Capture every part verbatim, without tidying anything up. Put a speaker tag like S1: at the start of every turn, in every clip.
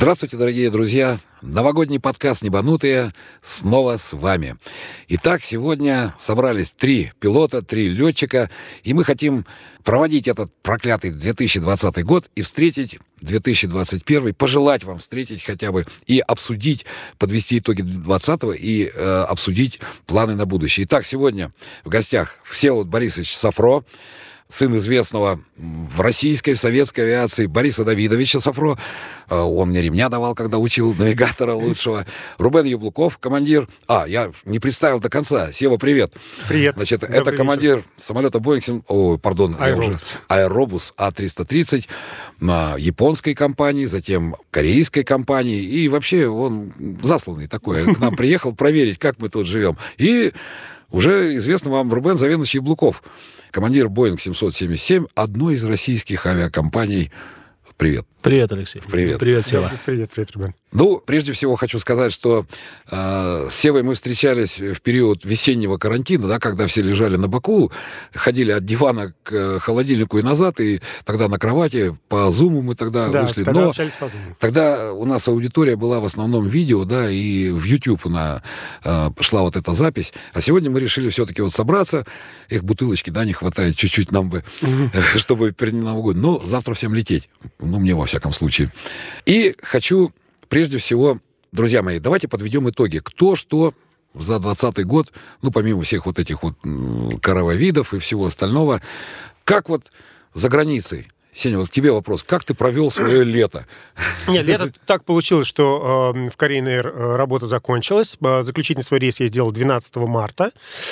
S1: Здравствуйте, дорогие друзья! Новогодний подкаст «Небанутые» снова с вами. Итак, сегодня собрались три пилота, три летчика, и мы хотим проводить этот проклятый две тысячи двадцатый год и встретить две тысячи двадцать первый, пожелать вам встретить хотя бы и обсудить, подвести итоги двадцатого и э, обсудить планы на будущее. Итак, сегодня в гостях Всеволод Борисович Сафро, сын известного в российской, в советской авиации Бориса Давидовича Сафро. Он мне ремня давал, когда учил навигатора лучшего. Рубен Яблуков, командир... А, я не представил до конца. Сева, привет.
S2: Привет.
S1: Значит,
S2: Добрый
S1: это командир вечер. самолета Boeing... О, пардон, я уже... Аэробус А триста тридцать японской компании, затем корейской компании. И вообще он засланный такой. К нам приехал проверить, как мы тут живем. И уже известно вам Рубен Завенович Яблуков, командир Boeing семьсот семьдесят семь, одной из российских авиакомпаний. Привет.
S3: Привет, Алексей.
S1: Привет.
S3: Привет, Сева.
S2: Привет, привет, Рубен.
S1: Ну, прежде всего хочу сказать, что э, с Севой мы встречались в период весеннего карантина, да, когда все лежали на боку, ходили от дивана к холодильнику и назад, и тогда на кровати по зуму мы тогда
S2: да,
S1: вышли.
S2: Тогда
S1: Но
S2: общались по зуму.
S1: Тогда у нас аудитория была в основном видео, да, и в YouTube на, э, шла вот эта запись. А сегодня мы решили все-таки вот собраться. Их бутылочки, да, не хватает чуть-чуть нам бы, mm-hmm. чтобы перед Новым годом. Но завтра всем лететь. Ну, мне во всяком случае. И хочу... Прежде всего, друзья мои, давайте подведем итоги. Кто что за двадцатый год, ну, помимо всех вот этих вот корововидов и всего остального, как вот за границей? Сеня, вот к тебе вопрос. Как ты провел свое лето?
S2: Нет, лето так получилось, что э, в Корейной работа закончилась. Заключительный свой рейс я сделал двенадцатого марта.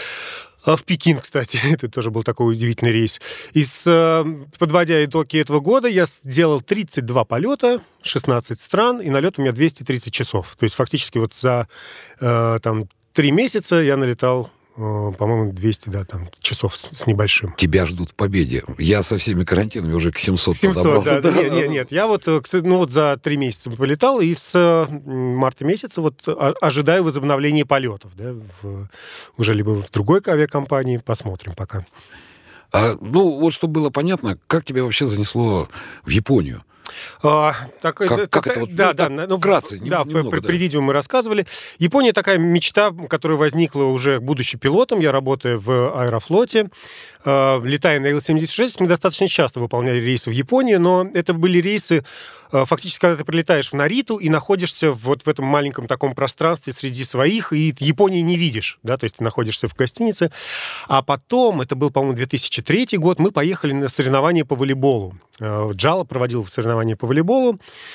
S2: В Пекин, кстати, это тоже был такой удивительный рейс. И с, подводя итоги этого года, я сделал тридцать два полета, шестнадцать стран, и налет у меня двести тридцать часов. То есть фактически вот за э, там, три месяца я налетал, э, по-моему, двести да, там, часов с, с небольшим.
S1: Тебя ждут в победе. Я со всеми карантинами уже к семьсот
S2: семьсот, да, да. Нет, нет, нет. Я вот, ну, вот за три месяца полетал, и с марта месяца вот ожидаю возобновления полетов. Да, в, уже либо в другой авиакомпании. Посмотрим пока.
S1: А, ну, вот чтобы было понятно, как тебя вообще занесло в Японию?
S2: А, так,
S1: как,
S2: это,
S1: как это вот,
S2: да,
S1: ну,
S2: да,
S1: так,
S2: ну,
S1: вкратце,
S2: да,
S1: немного,
S2: при
S1: да.
S2: видео мы рассказывали. Япония такая мечта, которая возникла уже будучи пилотом. Я работаю в Аэрофлоте. Летая на Ил семьдесят шесть, мы достаточно часто выполняли рейсы в Японии, но это были рейсы, фактически, когда ты прилетаешь в Нариту и находишься вот в этом маленьком таком пространстве среди своих, и Японии не видишь, да, то есть ты находишься в гостинице. А потом, это был, по-моему, две тысячи третий год, мы поехали на соревнования по волейболу. Джала проводил соревнования по волейболу.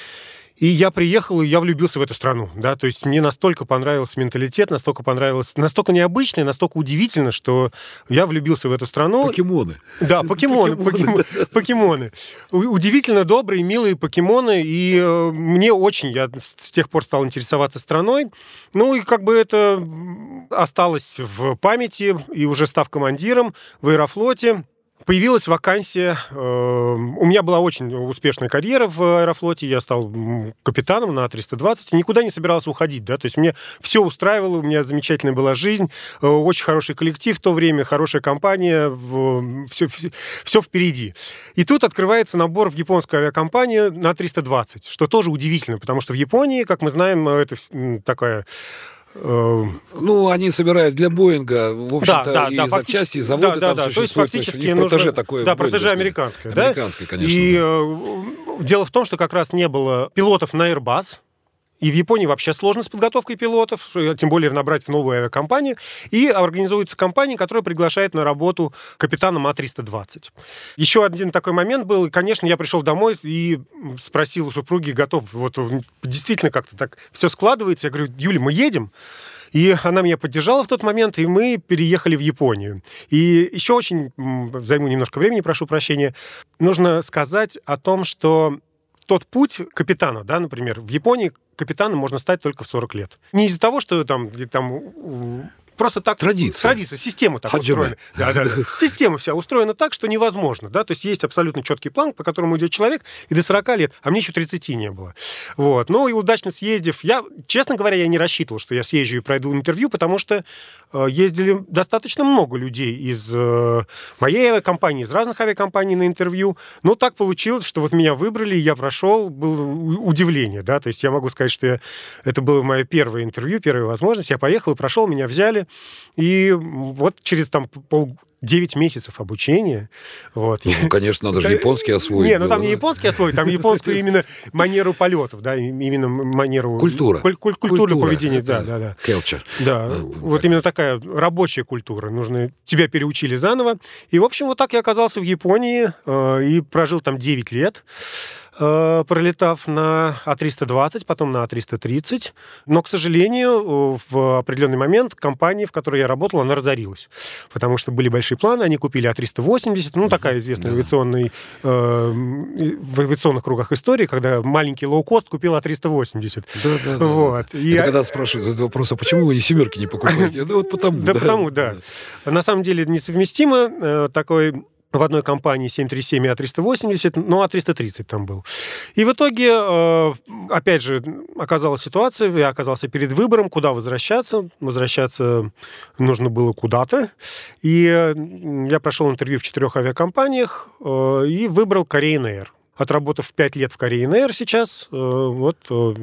S2: И я приехал, и я влюбился в эту страну, да, то есть мне настолько понравился менталитет, настолько понравилось, настолько необычно и настолько удивительно, что я влюбился в эту страну.
S1: Покемоны.
S2: Да, покемоны, покемоны. покемоны. Удивительно добрые, милые покемоны, и мне очень, я с тех пор стал интересоваться страной, ну и как бы это осталось в памяти, и уже став командиром в Аэрофлоте, появилась вакансия. У меня была очень успешная карьера в Аэрофлоте. Я стал капитаном на А триста двадцать и никуда не собирался уходить. Да? То есть мне все устраивало, у меня замечательная была жизнь, очень хороший коллектив в то время, хорошая компания, все, все, все впереди. И тут открывается набор в японскую авиакомпанию на А триста двадцать, что тоже удивительно, потому что в Японии, как мы знаем, это такая...
S1: Ну, они собирают для Боинга, в общем-то,
S2: да, да,
S1: и
S2: да,
S1: запчасти, и заводы
S2: да,
S1: там
S2: да,
S1: существуют.
S2: То есть фактически
S1: значит,
S2: нужно...
S1: протеже такое.
S2: Да, протеже американское. Да?
S1: Американское, конечно.
S2: И
S1: да.
S2: Дело в том, что как раз не было пилотов на Airbus, и в Японии вообще сложно с подготовкой пилотов, тем более набрать в новую авиакомпанию. И организуется компания, которая приглашает на работу капитаном А триста двадцать. Еще один такой момент был. Конечно, я пришел домой и спросил у супруги, готов, вот действительно как-то так все складывается. Я говорю, Юля, мы едем? И она меня поддержала в тот момент, и мы переехали в Японию. И еще очень, займу немножко времени, прошу прощения, нужно сказать о том, что тот путь капитана, да, например, в Японии капитаном можно стать только в сорок лет. Не из-за того, что там, там просто так...
S1: Традиция.
S2: Традиция, система так
S1: Хаджиме.
S2: устроена. Да, да, да. Система вся устроена так, что невозможно, да, то есть есть абсолютно четкий план, по которому идет человек, и до сорока лет, а мне еще тридцати не было. Вот. Ну, и удачно съездив, я, честно говоря, я не рассчитывал, что я съезжу и пройду интервью, потому что э, ездили достаточно много людей из э, моей авиакомпании, из разных авиакомпаний на интервью. Но так получилось, что вот меня выбрали, я прошел, было удивление, да, то есть я могу сказать, что я, это было мое первое интервью, первая возможность, я поехал и прошел, меня взяли, и вот через там пол... девять месяцев обучения. Вот.
S1: Ну, конечно, надо же японский освоить.
S2: Не, ну там не японский освоить, там японскую именно манеру полетов, да, именно манеру...
S1: Культура.
S2: Куль- куль- культуру
S1: Культура.
S2: поведения,
S1: Это
S2: да, да, да.
S1: Culture.
S2: Да, вот именно такая рабочая культура. Нужно... Тебя переучили заново. И, в общем, вот так я оказался в Японии э, и прожил там девять лет. Пролетав на А триста двадцать, потом на А триста тридцать. Но, к сожалению, в определенный момент компания, в которой я работал, она разорилась. Потому что были большие планы, они купили А триста восемьдесят, ну, такая известная да. авиационная, э, в авиационных кругах история, когда маленький лоукост купил А триста восемьдесят.
S1: Да, да, вот.
S2: да. И
S1: Это я... когда спрашивают задают вопрос, а почему вы не семерки не покупаете? Да вот потому.
S2: Да потому, да. На самом деле несовместимо такой... В одной компании семь тридцать семь и А триста восемьдесят, но А триста тридцать там был. И в итоге, опять же, оказалась ситуация, я оказался перед выбором, куда возвращаться. Возвращаться нужно было куда-то. И я прошел интервью в четырех авиакомпаниях и выбрал Korean Air. Отработав пять лет в Korean Air сейчас, вот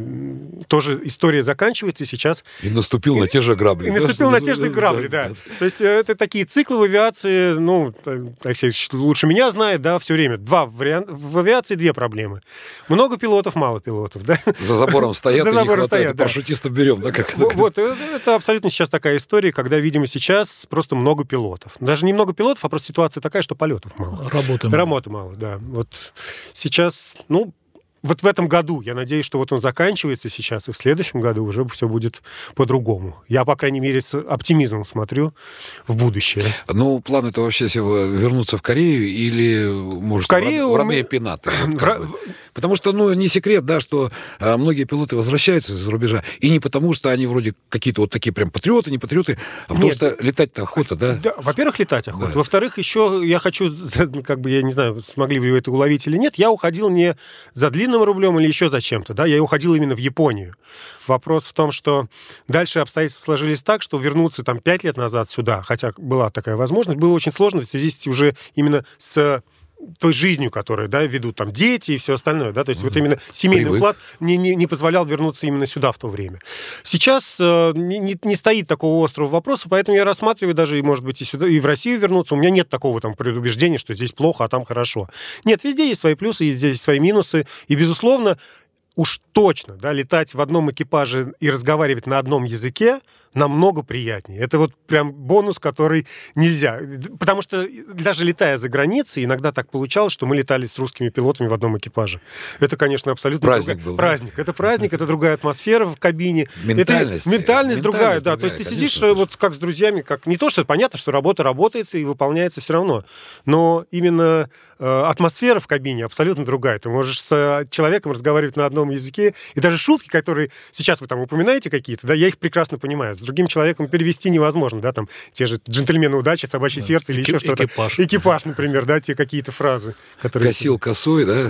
S2: тоже история заканчивается сейчас.
S1: И наступил и, на те же грабли.
S2: И да? наступил на те же грабли, да. да. То есть это такие циклы в авиации, ну, Алексей Ильич лучше меня знает, да, все время. Два варианта. В авиации две проблемы. Много пилотов, мало пилотов, да.
S1: За забором стоят,
S2: За
S1: и
S2: забором
S1: не хватает,
S2: стоят, да.
S1: парашютистов берем, да, как
S2: это? Вот, это абсолютно сейчас такая история, когда, видимо, сейчас просто много пилотов. Даже не много пилотов, а просто ситуация такая, что полетов мало.
S3: Работы мало.
S2: Работы мало, да. Вот сейчас, ну, вот в этом году, я надеюсь, что вот он заканчивается сейчас, и в следующем году уже все будет по-другому. Я, по крайней мере, с оптимизмом смотрю в будущее.
S1: Ну, план это вообще вернуться в Корею или, может, в, Корею в родные мы... пенаты? Вот, в... Потому что, ну, не секрет, да, что а, многие пилоты возвращаются из-за рубежа, и не потому, что они вроде какие-то вот такие прям патриоты, не патриоты, а потому Нет. что летать-то охота, да?
S2: да во-первых, летать охота. Да. Во-вторых, еще я хочу, как бы, я не знаю, смогли вы это уловить или нет, я уходил не за длинным рублем или еще за чем-то, да, я уходил именно в Японию. Вопрос в том, что дальше обстоятельства сложились так, что вернуться там пять лет назад сюда, хотя была такая возможность, было очень сложно в связи с уже именно с той жизнью, которую, да, ведут там дети и все остальное, да, то есть mm-hmm. вот именно семейный Привык. уклад не, не, не позволял вернуться именно сюда в то время. Сейчас э, не, не стоит такого острого вопроса, поэтому я рассматриваю даже, может быть, и сюда, и в Россию вернуться. У меня нет такого там предубеждения, что здесь плохо, а там хорошо. Нет, везде есть свои плюсы, есть здесь свои минусы, и, безусловно, уж точно, да, летать в одном экипаже и разговаривать на одном языке намного приятнее. Это вот прям бонус, который нельзя. Потому что даже летая за границей, иногда так получалось, что мы летали с русскими пилотами в одном экипаже. Это, конечно, абсолютно...
S1: Праздник
S2: другая...
S1: был.
S2: Праздник. Да? Это праздник, это другая атмосфера в кабине.
S1: Ментальность.
S2: Это... Ментальность другая, да.
S1: другая,
S2: То есть ты
S1: конечно,
S2: сидишь вот как с друзьями, как не то, что понятно, что работа работается и выполняется все равно, но именно э, атмосфера в кабине абсолютно другая. Ты можешь с человеком разговаривать на одном языке, и даже шутки, которые сейчас вы там упоминаете какие-то, да, я их прекрасно понимаю. С другим человеком перевести невозможно, да, там те же джентльмены удачи, собачье да. сердце или Эки- еще что-то.
S3: Экипаж.
S2: Экипаж, например, да, те какие-то фразы, которые...
S1: Косил косой, да?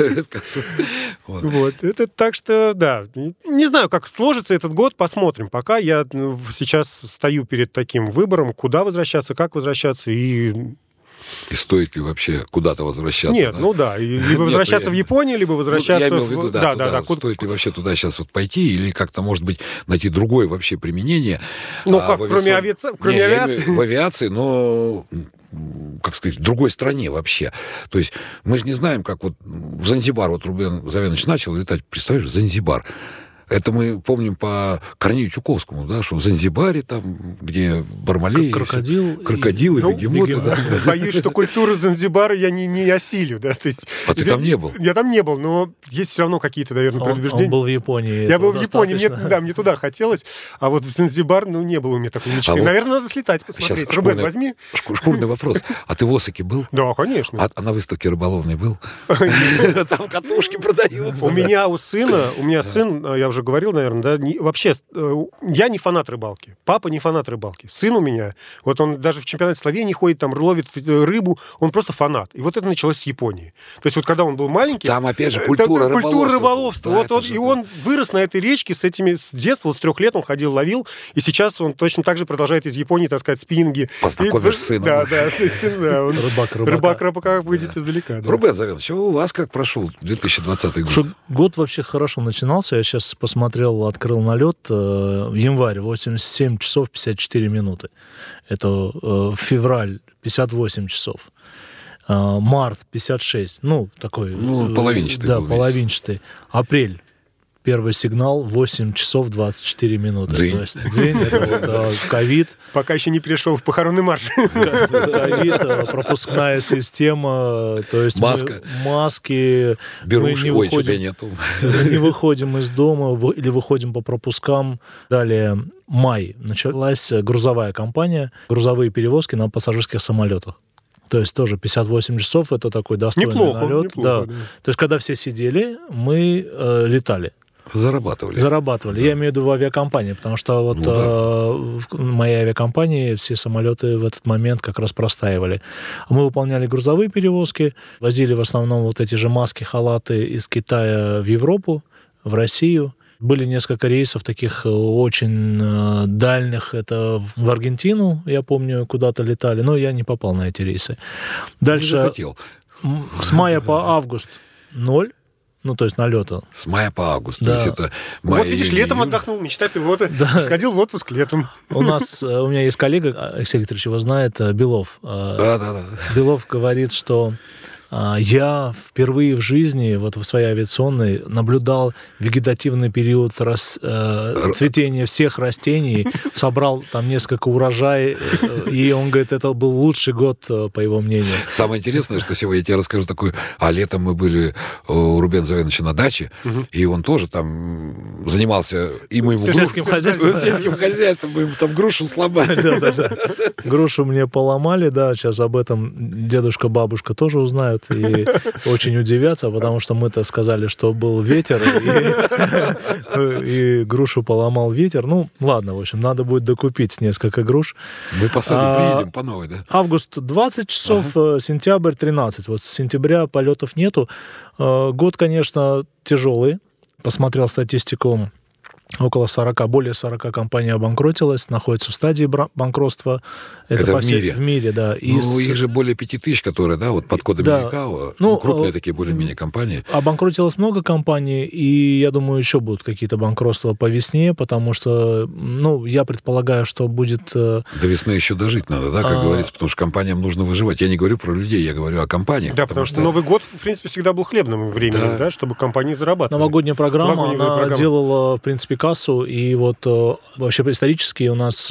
S2: Вот. Это так что, да, не знаю, как сложится этот год, посмотрим. Пока я сейчас стою перед таким выбором, куда возвращаться, как возвращаться, и...
S1: И стоит ли вообще куда-то возвращаться?
S2: Нет,
S1: да?
S2: ну да, либо возвращаться Нет, в Японию, либо возвращаться...
S1: Ну, я имел в виду, да,
S2: да,
S1: туда,
S2: да, да,
S1: стоит ли вообще туда сейчас вот пойти, или как-то, может быть, найти другое вообще применение.
S2: Ну,
S1: а
S2: как,
S1: авиацион...
S2: кроме, авиаци... кроме
S1: Не,
S2: авиации?
S1: В авиации, но, как сказать, в другой стране вообще. То есть мы же не знаем, как вот в Занзибар, вот Рубен Завенович начал летать, представляешь, Занзибар. Это мы помним по Корнею Чуковскому, да, что в Занзибаре, там, где Бармалей...
S3: Крокодил.
S1: Крокодилы,
S2: ну,
S1: бегемоты.
S2: бегемот. Да. Боюсь, что культуру Занзибара я не, не осилю. Да? То есть,
S1: а ты
S2: я,
S1: там не был?
S2: Я там не был, но есть все равно какие-то, наверное,
S3: он,
S2: предубеждения.
S3: Он был в Японии.
S2: Я был в Японии, мне, да, мне туда хотелось. А вот в Занзибар, ну, не было у меня такой мечты. А наверное, вот... надо слетать, посмотреть.
S1: Сейчас
S2: Рубен,
S1: шкурный,
S2: возьми.
S1: Шкурный вопрос. А ты в Осаке был?
S2: Да, конечно.
S1: А, а на выставке рыболовной был? Там катушки продаются.
S2: У меня у сына, у меня сын, я уже уже говорил, наверное, да, не, вообще, э, я не фанат рыбалки. Папа не фанат рыбалки. Сын у меня, вот он даже в чемпионате Словении ходит, там ловит рыбу, он просто фанат. И вот это началось с Японии. То есть вот когда он был маленький...
S1: Там, опять же, культура
S2: там,
S1: рыболовства.
S2: Культура рыболовства.
S1: Да,
S2: вот он,
S1: же,
S2: и он вырос на этой речке с этими... С детства, вот с трех лет он ходил, ловил, и сейчас он точно так же продолжает из Японии таскать спиннинги.
S1: Познакомишь с сыном.
S2: Да, да, сын, да. Он,
S3: рыбак, рыбака.
S2: Рыбак рыбака выйдет да. издалека. Да.
S1: Рубен Заведович, у вас как прошел две тысячи двадцатый год?
S3: Что, год вообще хорошо начинался. Я сейчас посмотрел, открыл налет. Э, январь восемьдесят семь часов пятьдесят четыре минуты. Это э, февраль пятьдесят восемь часов. Э, март пятьдесят шесть. Ну, такой...
S1: Ну, половинчатый.
S3: Да,
S1: был
S3: половинчатый. Весь. Апрель. Первый сигнал восемь часов двадцать четыре минуты.
S1: Дзынь.
S3: То есть, дзынь, это ковид.
S2: Пока еще не перешел в похоронный марш.
S3: Ковид, пропускная система, то есть
S1: Маска.
S3: Мы, маски.
S1: Беруши,
S3: мы
S1: ой, что-то нету.
S3: Не выходим из дома или выходим по пропускам. Далее май. Началась грузовая компания, грузовые перевозки на пассажирских самолетах. То есть тоже пятьдесят восемь часов, это такой достойный
S2: неплохо,
S3: налет.
S2: Неплохо,
S3: да.
S2: да.
S3: То есть когда все сидели, мы э, летали.
S1: Зарабатывали.
S3: Зарабатывали. Да. Я имею в виду в авиакомпании, потому что вот ну, да. э, в моей авиакомпании все самолеты в этот момент как раз простаивали. Мы выполняли грузовые перевозки, возили в основном вот эти же маски, халаты из Китая в Европу, в Россию. Были несколько рейсов таких очень э, дальних. Это в Аргентину, я помню, куда-то летали, но я не попал на эти рейсы. Дальше
S1: не захотел.
S3: С мая по август ноль. Ну, то есть налета.
S1: С мая по август.
S3: Да.
S1: То есть это
S2: май, вот видишь, летом июнь. Отдохнул, мечта пилота. Да. Сходил в отпуск летом.
S3: У нас, у меня есть коллега, Алексей Викторович его знает, Белов.
S1: Да, да, да.
S3: Белов говорит, что я впервые в жизни, вот в своей авиационной, наблюдал вегетативный период рас, э, цветения всех растений, собрал там несколько урожаев, и он говорит, это был лучший год, по его мнению.
S1: Самое интересное, что сегодня я тебе расскажу такое, а летом мы были у Рубена Заведовича на даче, угу. и он тоже там занимался, и мы ему
S3: сельским
S1: гру...
S3: хозяйством.
S1: Сельским хозяйством, мы ему там грушу сломали.
S3: Да, да, да. Грушу мне поломали, да, сейчас об этом дедушка, бабушка тоже узнают. И очень удивятся, потому что мы-то сказали, что был ветер, и, и грушу поломал ветер. Ну, ладно, в общем, надо будет докупить несколько груш.
S1: Мы посадим, а, приедем по новой, да?
S3: Август двадцать часов, ага. Сентябрь тринадцать. Вот с сентября полетов нету. Год, конечно, тяжелый. Посмотрел статистику. Около сорока, более сорока компаний обанкротилось, находятся в стадии банкротства.
S1: Это, Это в всей, мире?
S3: В мире, да.
S1: Ну, Из... их же более пяти тысяч, которые, да, вот под кодами
S3: да.
S1: ИКАО,
S3: ну,
S1: ну, крупные такие более-менее компании.
S3: Обанкротилось много компаний, и я думаю, еще будут какие-то банкротства по весне, потому что, ну, я предполагаю, что будет...
S1: До весны еще дожить надо, да, как а... говорится, потому что компаниям нужно выживать. Я не говорю про людей, я говорю о компаниях.
S2: Да, потому, потому что... что Новый год, в принципе, всегда был хлебным временем, да, да чтобы компании зарабатывали.
S3: Новогодняя программа, Новогодняя она программа. делала, в принципе, кассу, и вот вообще исторически у нас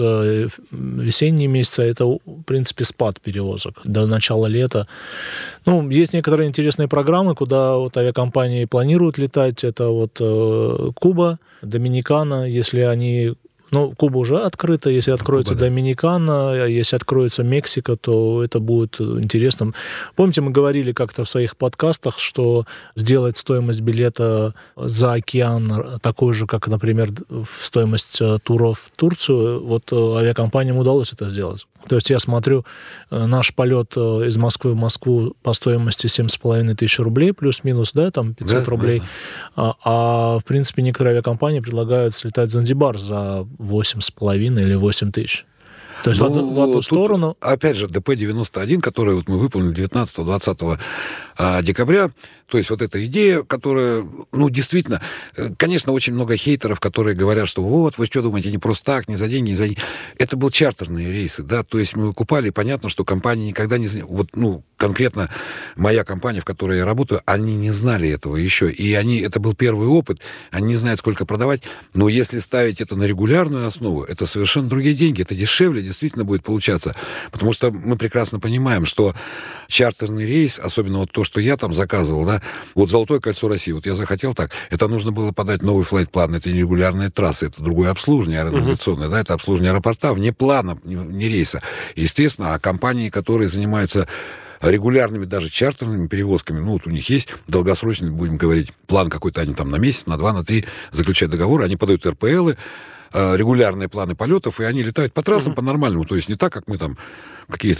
S3: весенние месяцы это, в принципе, спад перевозок до начала лета. Ну, есть некоторые интересные программы, куда вот авиакомпании планируют летать. Это вот Куба, Доминикана, если они... Ну, Куба уже открыта, если откроется Куба, да. Доминикана, если откроется Мексика, то это будет интересно. Помните, мы говорили как-то в своих подкастах, что сделать стоимость билета за океан такой же, как, например, стоимость туров в Турцию, вот авиакомпаниям удалось это сделать. То есть я смотрю, наш полет из Москвы в Москву по стоимости семь с половиной тысяч рублей, плюс-минус, да, там пятьсот да, рублей. Да. А, а, в принципе, некоторые авиакомпании предлагают слетать в Занзибар за восемь с половиной или восемь тысяч. То есть ну, в, одну, в одну сторону...
S1: Опять же, ДП девяносто один, который вот мы выполнили девятнадцатого-двадцатого декабря, то есть вот эта идея, которая, ну, действительно, конечно, очень много хейтеров, которые говорят, что вот, вы что думаете, не просто так, не за деньги, не за деньги. Это был чартерные рейсы, да, то есть мы выкупали, и понятно, что компании никогда не... Вот, ну, конкретно моя компания, в которой я работаю, они не знали этого еще, и они, это был первый опыт, они не знают, сколько продавать, но если ставить это на регулярную основу, это совершенно другие деньги, это дешевле, действительно будет получаться, потому что мы прекрасно понимаем, что чартерный рейс, особенно вот то, что я там заказывал, да, вот «Золотое кольцо России», вот я захотел так, это нужно было подать новый флайт-план, это не регулярные трассы, это другое обслуживание аэронавигационное, uh-huh. да, это обслуживание аэропорта вне плана, вне рейса. Естественно, а компании, которые занимаются регулярными даже чартерными перевозками. Ну, вот у них есть долгосрочный, будем говорить, план какой-то, они там на месяц, на два, на три заключают договоры, они подают эр пэ элы, регулярные планы полетов, и они летают по трассам mm-hmm. по-нормальному, то есть не так, как мы там какие-то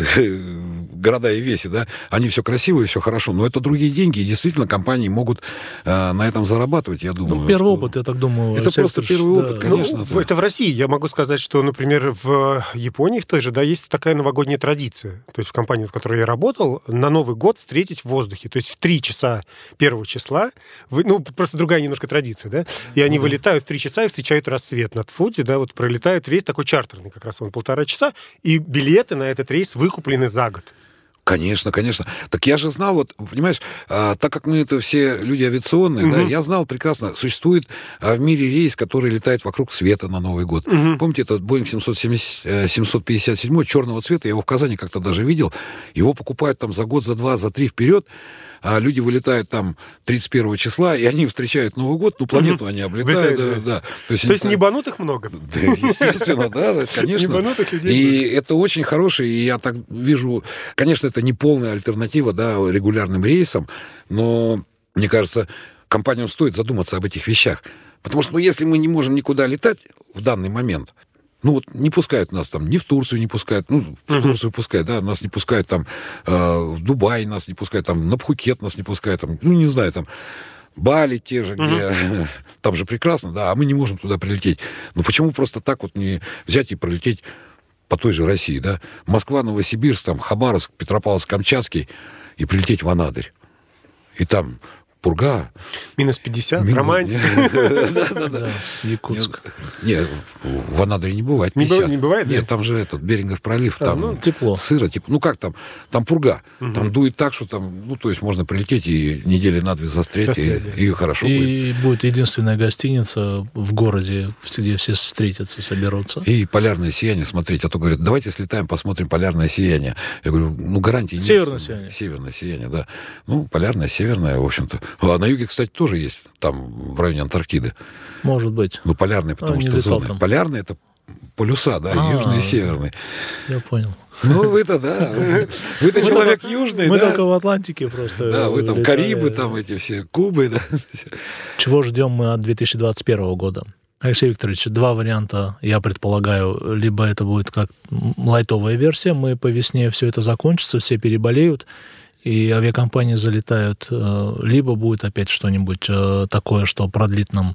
S1: города и веси, да, они все красиво и все хорошо, но это другие деньги, и действительно компании могут э, на этом зарабатывать, я думаю.
S3: Ну, первый что... опыт, я так думаю.
S1: Это просто
S3: Викторович,
S1: первый
S3: да.
S1: опыт, конечно.
S2: Ну,
S1: да.
S2: Это в России. Я могу сказать, что, например, в Японии в той же, да, есть такая новогодняя традиция, то есть в компании, в которой я работал, на Новый год встретить в воздухе, то есть в три часа первого числа, вы, ну, просто другая немножко традиция, да, и они mm-hmm. вылетают в три часа и встречают рассвет над Фудзи, да, вот пролетает рейс такой чартерный, как раз он полтора часа, и билеты на этот рейс выкуплены за год.
S1: Конечно, конечно. Так я же знал, вот, понимаешь, а, так как мы это все люди авиационные, угу. да, я знал прекрасно, существует а, в мире рейс, который летает вокруг света на Новый год. Угу. Помните, этот Боинг семьсот пятьдесят семь черного цвета, я его в Казани как-то даже видел, его покупают там за год, за два, за три вперед, а люди вылетают там тридцать первого числа, и они встречают Новый год, ну, планету угу. они облетают. Да, да.
S2: То есть, То есть небанутых много?
S1: Да, естественно, да, конечно.
S2: Небанутых людей.
S1: И это очень хороший, и я так вижу, конечно, это не полная альтернатива, да, регулярным рейсам, но, мне кажется, компаниям стоит задуматься об этих вещах. Потому что, ну, если мы не можем никуда летать в данный момент, ну, вот не пускают нас там, ни в Турцию не пускают, ну, в uh-huh. Турцию пускают, да, нас не пускают там, э, в Дубай нас не пускают, там, на Пхукет нас не пускают, там, ну, не знаю, там, Бали те же, uh-huh. где там же прекрасно, да, а мы не можем туда прилететь. Ну, почему просто так вот не взять и пролететь по той же России, да? Москва, Новосибирск, там, Хабаровск, Петропавловск-Камчатский и прилететь в Анадырь. И там пурга.
S2: Минус пятьдесят, Мин... романтика.
S3: Да-да-да. Якутск.
S1: Нет, в Анадыре не бывает
S2: пятьдесят. Не бывает?
S1: Нет, там же этот Берингов пролив, там
S3: тепло.
S1: Сыро, типа, ну как там, там пурга. Там дует так, что там, ну, то есть можно прилететь и недели на две застрять, и хорошо будет.
S3: И будет единственная гостиница в городе, где все встретятся, соберутся.
S1: И полярное сияние смотреть. А то говорят, давайте слетаем, посмотрим полярное сияние. Я говорю, ну, гарантии нет.
S3: Северное сияние.
S1: Северное сияние, да. Ну, полярное, северное, в общем-то. А на юге, кстати, тоже есть, там, в районе Антарктиды.
S3: Может быть.
S1: Ну, полярные, потому а, что зоны. Там. Полярные — это полюса, да, А-а-а. южные и северные.
S3: Я понял.
S1: Ну, вы-то, да. Вы-то человек южный, да.
S3: Мы только в Атлантике просто.
S1: Да, вы там Карибы, там эти все, Кубы, да.
S3: Чего ждем мы от две тысячи двадцать первого года? Алексей Викторович, два варианта, я предполагаю. Либо это будет как лайтовая версия, мы по весне все это закончится, все переболеют, и авиакомпании залетают, либо будет опять что-нибудь такое, что продлит нам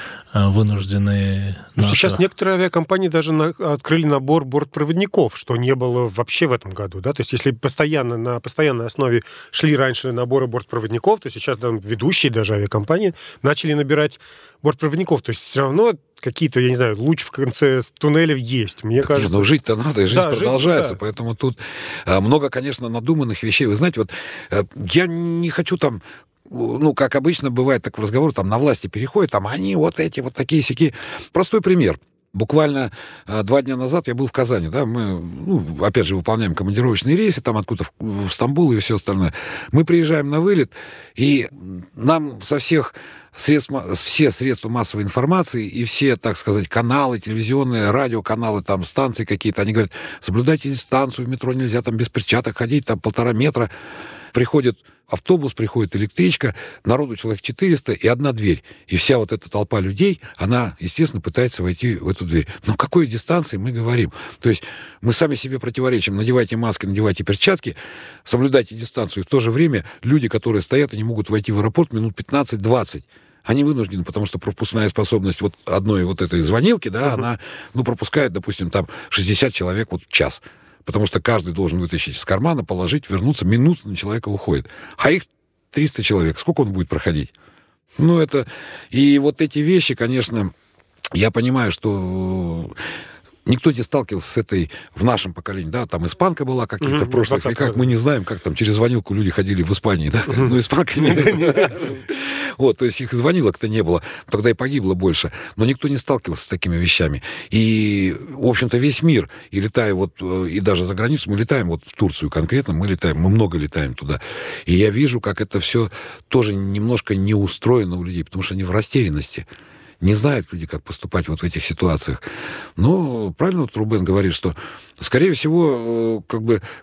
S3: вынужденные...
S2: Ну, наши... Сейчас некоторые авиакомпании даже на... открыли набор бортпроводников, что не было вообще в этом году. Да? То есть если постоянно, на постоянной основе шли раньше наборы бортпроводников, то сейчас там, ведущие даже авиакомпании начали набирать бортпроводников. То есть все равно какие-то, я не знаю, луч в конце туннеля есть. Мне
S1: так
S2: кажется...
S1: Нет, ну жить-то надо, и жизнь
S2: да,
S1: продолжается.
S2: Жить, да.
S1: Поэтому тут много, конечно, надуманных вещей. Вы знаете, вот я не хочу там... Ну, как обычно бывает, так в разговоре там на власти переходят, там они вот эти, вот такие-сяки. Простой пример. Буквально а, два дня назад я был в Казани, да, мы, ну, опять же, выполняем командировочные рейсы, там откуда в, в Стамбул и все остальное. Мы приезжаем на вылет, и нам со всех средств, все средства массовой информации и все, так сказать, каналы, телевизионные, радиоканалы, там, станции какие-то, они говорят, соблюдайте дистанцию, в метро нельзя там без перчаток ходить, там, полтора метра. Приходит автобус, приходит электричка, народу человек четыреста и одна дверь. И вся вот эта толпа людей, она, естественно, пытается войти в эту дверь. Но о какой дистанции мы говорим? То есть мы сами себе противоречим. Надевайте маски, надевайте перчатки, соблюдайте дистанцию. И в то же время люди, которые стоят, они могут войти в аэропорт минут пятнадцать-двадцать. Они вынуждены, потому что пропускная способность вот одной вот этой звонилки, да, uh-huh. она, ну, пропускает, допустим, там шестьдесят человек вот в час. Потому что каждый должен вытащить из кармана, положить, вернуться, минута на человека уходит. А их триста человек. Сколько он будет проходить? Ну, это... И вот эти вещи, конечно, я понимаю, что... Никто не сталкивался с этой в нашем поколении, да, там испанка была какие-то mm-hmm. в прошлых веках, мы не знаем, как там через звонилку люди ходили в Испании, да, mm-hmm. но испанка не... Вот, то есть их звонилок-то не было, тогда и погибло больше, но никто не сталкивался с такими вещами. И, в общем-то, весь мир, и летая вот, и даже за границу, мы летаем, вот в Турцию конкретно, мы летаем, мы много летаем туда, и я вижу, как это все тоже немножко не устроено у людей, потому что они в растерянности. Не знают люди, как поступать вот в этих ситуациях. Но правильно вот Рубен говорит, что, скорее всего, как бы все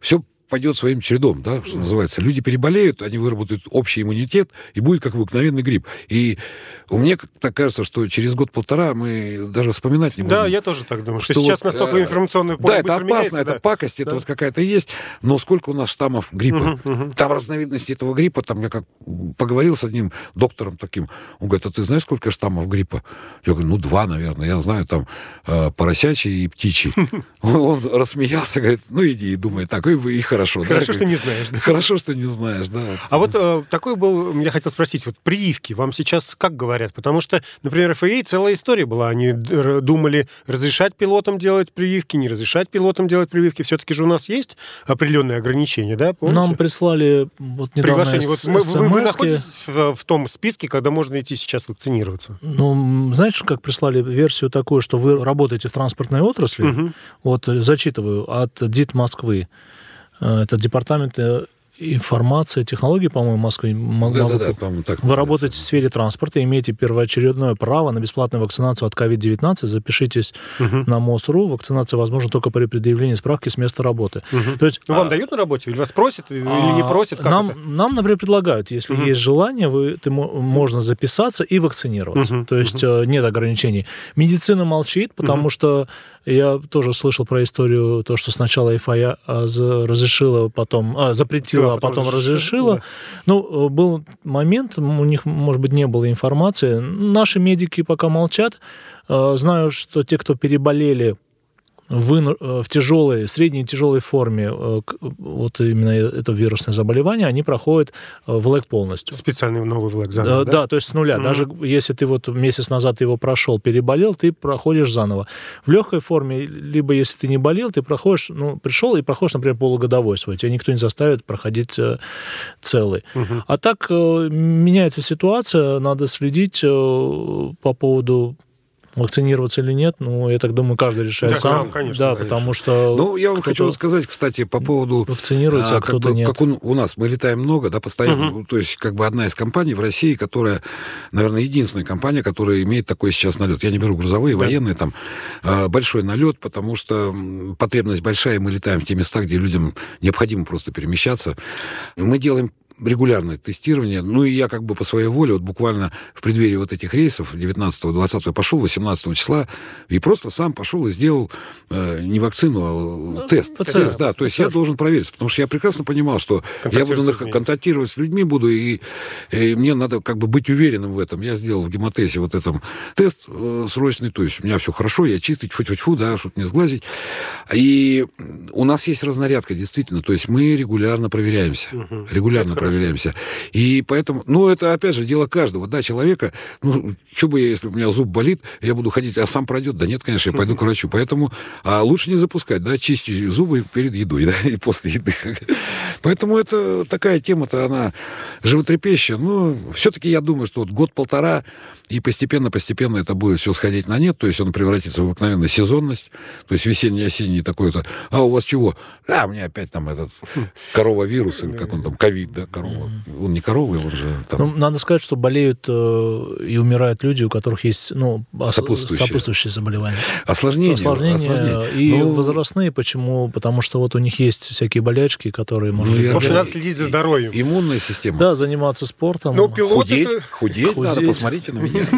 S1: пойдет своим чередом, да, что называется. Люди переболеют, они выработают общий иммунитет, и будет как обыкновенный грипп. И мне так кажется, что через год-полтора мы даже вспоминать не будем.
S2: Да, я тоже так думаю, что, что сейчас вот, настолько информационное поле
S1: да, это опасно,
S2: меняется,
S1: это
S2: да.
S1: пакость,
S2: да.
S1: это вот какая-то есть, но сколько у нас штаммов гриппа? Угу, угу. Там разновидности этого гриппа, там я как поговорил с одним доктором таким, он говорит, а ты знаешь, сколько штаммов гриппа? Я говорю, ну, два, наверное, я знаю, там, поросячий и птичий. Он рассмеялся, говорит, ну, иди, и думай, так, и хорошо.
S2: Хорошо, что не знаешь.
S1: Хорошо, что не знаешь, да.
S2: А вот такой был, я хотел спросить, вот прививки вам сейчас как говорят? Потому что, например, эф эй эй целая история была, они думали, разрешать пилотам делать прививки, не разрешать пилотам делать прививки. Все-таки же у нас есть определенные ограничения, да? Помните?
S3: Нам прислали вот недавно
S2: приглашение. Вот мы, вы, вы находитесь в, в том списке, когда можно идти сейчас вакцинироваться?
S3: Ну, знаешь, как прислали версию такую, что вы работаете в транспортной отрасли, угу. вот зачитываю, от ДИТ Москвы, это департамент информации, технологий, по-моему, Москвы.
S1: Да, да, да, по-моему, так.
S3: Вы работаете в сфере транспорта, имеете первоочередное право на бесплатную вакцинацию от ковид девятнадцать. Запишитесь угу. на МОЗ точка ру. Вакцинация возможна только при предъявлении справки с места работы.
S2: Угу. То есть, ну, вам а, дают на работе? Или вас просят, а, или не просят? Как
S3: нам,
S2: это?
S3: нам, например, предлагают, если угу. есть желание, вы, ты, можно записаться и вакцинироваться. Угу. То есть угу. нет ограничений. Медицина молчит, потому угу. что я тоже слышал про историю, то, что сначала эф эй эй разрешила, потом а, запретила, да, а потом разрешила. Да. Ну, был момент, у них, может быть, не было информации. Наши медики пока молчат. Знаю, что те, кто переболели в, в тяжелой, средней и тяжелой форме вот именно это вирусное заболевание, они проходят в ЛЭК полностью.
S2: Специальный новый ЛЭК заново,
S3: да?
S2: Да,
S3: то есть с нуля. Mm-hmm. Даже если ты вот месяц назад его прошел, переболел, ты проходишь заново. В легкой форме, либо если ты не болел, ты проходишь, ну, пришел и проходишь, например, полугодовой свой. Тебя никто не заставит проходить целый. Mm-hmm. А так меняется ситуация, надо следить по поводу вакцинироваться или нет, ну, я так думаю, каждый решает да, сам.
S2: Конечно,
S3: да,
S2: конечно.
S3: потому что...
S1: Ну, я вам хочу сказать, кстати, по поводу...
S3: Вакцинируется, а кто-то
S1: как,
S3: нет.
S1: Как у, у нас, мы летаем много, да, постоянно. Угу. То есть, как бы одна из компаний в России, которая, наверное, единственная компания, которая имеет такой сейчас налет. Я не беру грузовые, да. военные, там, большой налет, потому что потребность большая, мы летаем в те места, где людям необходимо просто перемещаться. Мы делаем регулярное тестирование. Ну, и я как бы по своей воле, вот буквально в преддверии вот этих рейсов девятнадцатого-двадцатого пошел, восемнадцатого числа, и просто сам пошел и сделал э, не вакцину, а ну, тест.
S3: ПЦР.
S1: тест да, то есть я должен провериться, потому что я прекрасно понимал, что я буду на, контактировать с людьми, буду, и, и мне надо как бы быть уверенным в этом. Я сделал в гемотесте вот этом тест э, срочный, то есть у меня все хорошо, я чистый, тьфу-тьфу-тьфу, да, чтобы не сглазить. И у нас есть разнарядка, действительно, то есть мы регулярно проверяемся. Угу. Регулярно проверяемся. проверяемся. И поэтому, ну, это, опять же, дело каждого, да, человека. Ну, что бы я, если у меня зуб болит, я буду ходить, а сам пройдет? Да нет, конечно, я пойду к врачу. Поэтому а лучше не запускать, да, чистить зубы перед едой, да, и после еды. Поэтому это такая тема-то, она животрепещущая. Но все-таки я думаю, что вот год-полтора, и постепенно-постепенно это будет все сходить на нет, то есть он превратится в обыкновенную сезонность, то есть весенний-осенний такой-то. А у вас чего? А, у меня опять там этот корова-вирус, или как он там, ковид, да, корова. Он не корова, он же там...
S3: Ну, надо сказать, что болеют э, и умирают люди, у которых есть, ну,
S1: сопутствующие,
S3: сопутствующие заболевания.
S1: Осложнения.
S3: Осложнения, осложнения. И ну... возрастные. Почему? Потому что вот у них есть всякие болячки, которые... Может
S2: ну, быть, в общем, надо следить за здоровьем.
S1: Иммунная система.
S3: Да, заниматься спортом.
S2: Но пилот
S1: худеть,
S2: это...
S1: худеть, худеть надо, посмотрите на меня.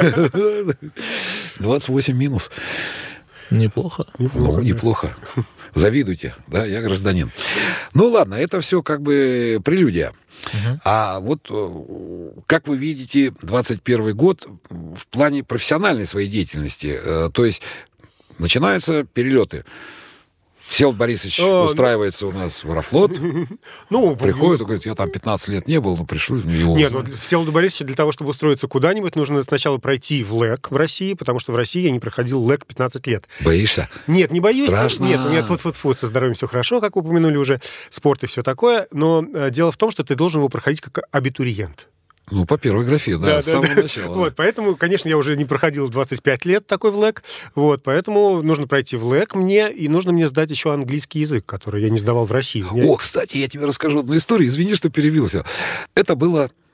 S1: двадцать восемь минус.
S3: Неплохо.
S1: Ну, неплохо. Завидуйте, да, я гражданин. Ну, ладно, это все как бы прелюдия. Uh-huh. А вот как вы видите двадцать первый год в плане профессиональной своей деятельности? То есть начинаются перелеты. Всеволод Борисович О, устраивается ну... у нас в Аэрофлот, ну, приходит и говорит, я там пятнадцать лет не был, но пришлю.
S2: Нет, ну, Всеволоду Борисовичу для того, чтобы устроиться куда-нибудь, нужно сначала пройти в ЛЭК в России, потому что в России я не проходил ЛЭК пятнадцать лет.
S1: Боишься?
S2: Нет, не боюсь.
S1: Страшно.
S2: Нет, у меня фу-фу-фу, со здоровьем все хорошо, как вы упомянули уже, спорт и все такое, но дело в том, что ты должен его проходить как абитуриент.
S1: Ну, по первой графе, да, да с да, самого да. начала.
S2: Вот, поэтому, конечно, я уже не проходил двадцать пять лет такой в ЛЭК, вот, поэтому нужно пройти в ЛЭК мне, и нужно мне сдать еще английский язык, который я не сдавал в России.
S1: О, кстати, я тебе расскажу одну историю, извини, что перебился. Это было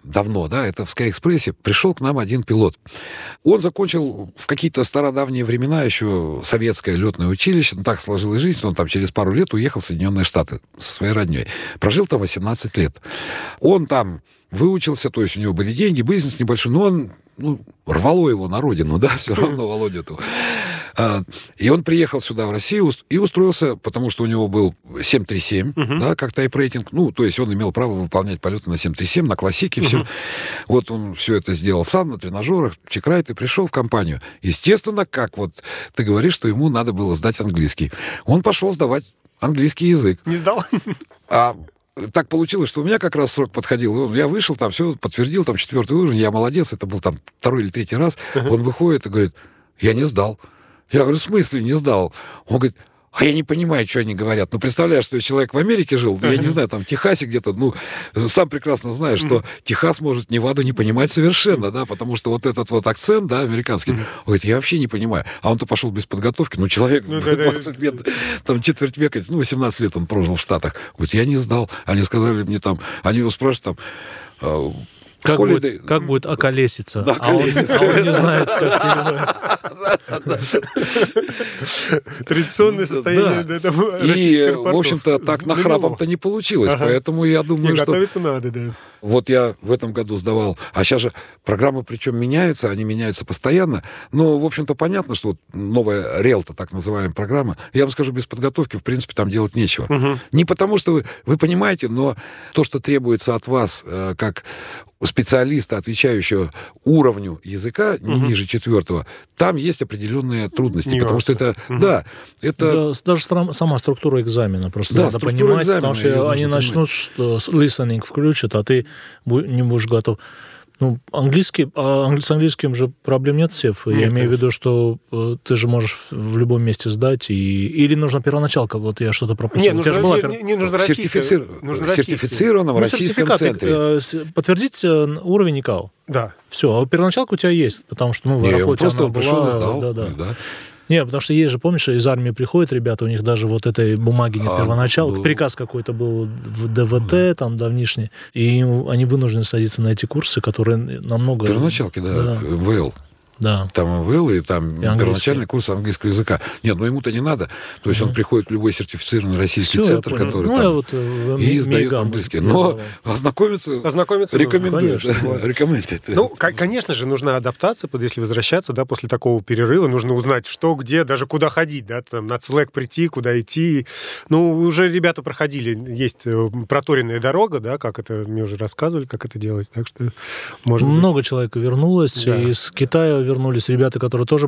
S1: давно, да, это в Sky-экспрессе, пришел к нам один пилот. Он закончил в какие-то стародавние времена еще советское летное училище, ну, так сложилась жизнь, он там через пару лет уехал в Соединенные Штаты со своей родней. Прожил там восемнадцать лет. Он там выучился, то есть у него были деньги, бизнес небольшой, но он, ну, рвало его на родину, да, все равно Володю-то. И он приехал сюда, в Россию, и устроился, потому что у него был семь три семь, uh-huh. да, как тайп-рейтинг. Ну, то есть он имел право выполнять полеты на семь три семь, на классике, uh-huh. все. Вот он все это сделал сам на тренажерах, чекрайт, и пришел в компанию. Естественно, как вот ты говоришь, что ему надо было сдать английский. Он пошел сдавать английский язык.
S2: Не сдал?
S1: А так получилось, что у меня как раз срок подходил. Я вышел, там все подтвердил, там четвертый уровень, я молодец, это был там второй или третий раз. Uh-huh. Он выходит и говорит, я не сдал. Я говорю, в смысле не сдал? Он говорит, а я не понимаю, что они говорят. Ну, представляешь, что человек в Америке жил, я не знаю, там в Техасе где-то, ну, сам прекрасно знаешь, что Техас может Неваду не понимать совершенно, да, потому что вот этот вот акцент, да, американский, он говорит, я вообще не понимаю. А он-то пошел без подготовки, ну, человек двадцать лет, там, четверть века, ну, восемнадцать лет он прожил в Штатах. Говорит, я не сдал. Они сказали мне там, они его спрашивают там,
S3: Как будет, как будет околеситься,
S1: да,
S3: а, он, а он не знает, как
S2: традиционное состояние
S1: да.
S2: этого
S1: И, в общем-то, так нахрапом-то не получилось, ага. поэтому я думаю,
S2: и
S1: что...
S2: готовиться надо, да.
S1: Вот я в этом году сдавал, а сейчас же программы причем меняются, они меняются постоянно, но, в общем-то, понятно, что вот новая Релта, так называемая программа, я вам скажу, без подготовки, в принципе, там делать нечего. Угу. Не потому, что вы, вы понимаете, но то, что требуется от вас, э, как специалиста, отвечающего уровню языка, не угу. ниже четвертого, там есть определенные трудности, нюансы. Потому что это, угу. да, это...
S3: Да, даже сама структура экзамена, просто
S1: да,
S3: надо понимать, экзамена, потому что они начнут, что listening включат, а ты не будешь готов. Ну, английский, а с английским же проблем нет, Сев. Нет, я имею в виду, что ты же можешь в любом месте сдать, и... или нужна первоначалка, вот я что-то пропустил.
S2: Нет,
S3: нужно,
S2: была...
S3: не,
S2: не, не нужно
S1: Сертифицир... нужно сертифицированном ну, российском центре.
S3: Подтвердить уровень ИКАО.
S2: Да.
S3: Все, а первоначалку у тебя есть, потому что, ну, в Аэрофлоте
S1: просто
S3: она
S1: пришел
S3: была...
S1: и сдал.
S3: Да, да.
S1: Да.
S3: Не, потому что есть же, помнишь, из армии приходят ребята, у них даже вот этой бумаги нет а, первоначала, ну, приказ какой-то был в ДВТ, да. там, давнишний, и они вынуждены садиться на эти курсы, которые намного...
S1: Первоначалки, да, да. ВЛ.
S3: Да.
S1: Там МВЛ и там и первоначальный курс английского языка. Нет, ну ему-то не надо. То есть mm-hmm. он приходит в любой сертифицированный российский
S3: Все,
S1: центр, который
S3: ну,
S1: там
S3: вот,
S1: и сдает английский. Но ознакомиться,
S2: ознакомиться
S1: рекомендую. Рекомендую.
S2: Ну, конечно же, нужна адаптация, если возвращаться, да, после такого перерыва, нужно узнать, что, где, даже куда ходить, да, там, на ЦВЛЭК прийти, куда идти. Ну, уже ребята проходили, есть проторенная дорога, да, как это, мне уже рассказывали, как это делать, так что... Может
S3: Много
S2: быть...
S3: человек вернулось, да. Из Китая вернулись ребята, которые тоже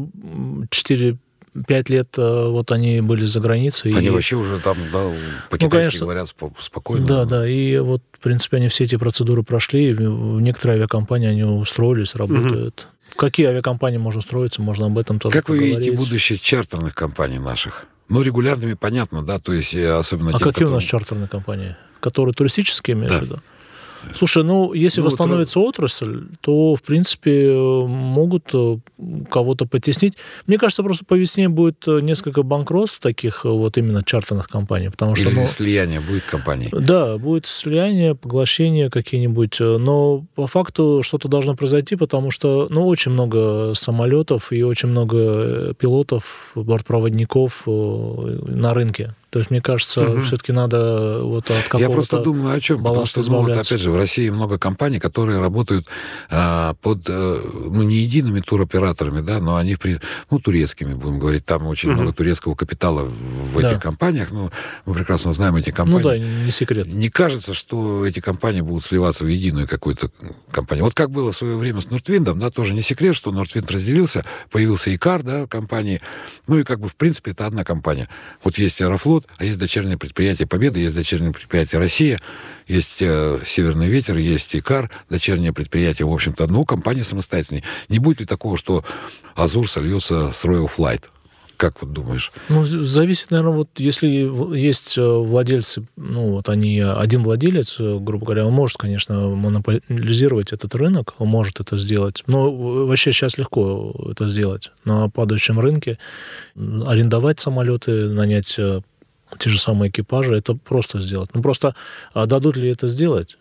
S3: четыре-пять лет, вот они были за границей.
S1: Они
S3: и...
S1: вообще уже там, да, по-китайски ну, конечно, говорят спокойно.
S3: Да, да, и вот, в принципе, они все эти процедуры прошли, в некоторые авиакомпании они устроились, работают. Угу. В какие авиакомпании можно устроиться, можно об этом тоже
S1: как
S3: поговорить.
S1: Как вы видите будущее чартерных компаний наших? Ну, регулярными, понятно, да, то есть особенно...
S3: А
S1: тем,
S3: какие
S1: которые...
S3: у нас чартерные компании? Которые туристические, имеешь
S1: да.
S3: в виду? Слушай, ну, если ну, восстановится вот... отрасль, то, в принципе, могут кого-то потеснить. Мне кажется, просто по весне будет несколько банкротств таких вот именно чартерных компаний. Потому что,
S1: Или
S3: ну,
S1: слияние будет компаний.
S3: Да, будет слияние, поглощение какие-нибудь. Но по факту что-то должно произойти, потому что, ну, очень много самолетов и очень много пилотов, бортпроводников на рынке. То есть, мне кажется, угу. все-таки надо вот от какого-то
S1: Я просто думаю о чем, потому что, ну, вот, опять же, в России много компаний, которые работают а, под, а, ну, не едиными туроператорами, да, но они, при, ну, турецкими, будем говорить, там очень угу. много турецкого капитала в этих да. компаниях, ну, мы прекрасно знаем эти компании.
S3: Ну да, не секрет.
S1: Не кажется, что эти компании будут сливаться в единую какую-то компанию. Вот как было в свое время с Нортвиндом, да, тоже не секрет, что Нортвинд разделился, появился Икар, да, компании, ну, и как бы, в принципе, это одна компания. Вот есть Аэрофлот, а есть дочернее предприятие Победа, есть дочернее предприятие Россия, есть э, Северный ветер, есть Икар, дочернее предприятие, в общем-то, одно, компания самостоятельная. Не будет ли такого, что Азур сольется с Royal Flight? Как вот думаешь?
S3: Ну, зависит, наверное, вот если есть владельцы, ну, вот они, один владелец, грубо говоря, он может, конечно, монополизировать этот рынок, он может это сделать. Но вообще сейчас легко это сделать на падающем рынке. Арендовать самолеты, нанять те же самые экипажи, это просто сделать. Ну, просто дадут ли это сделать?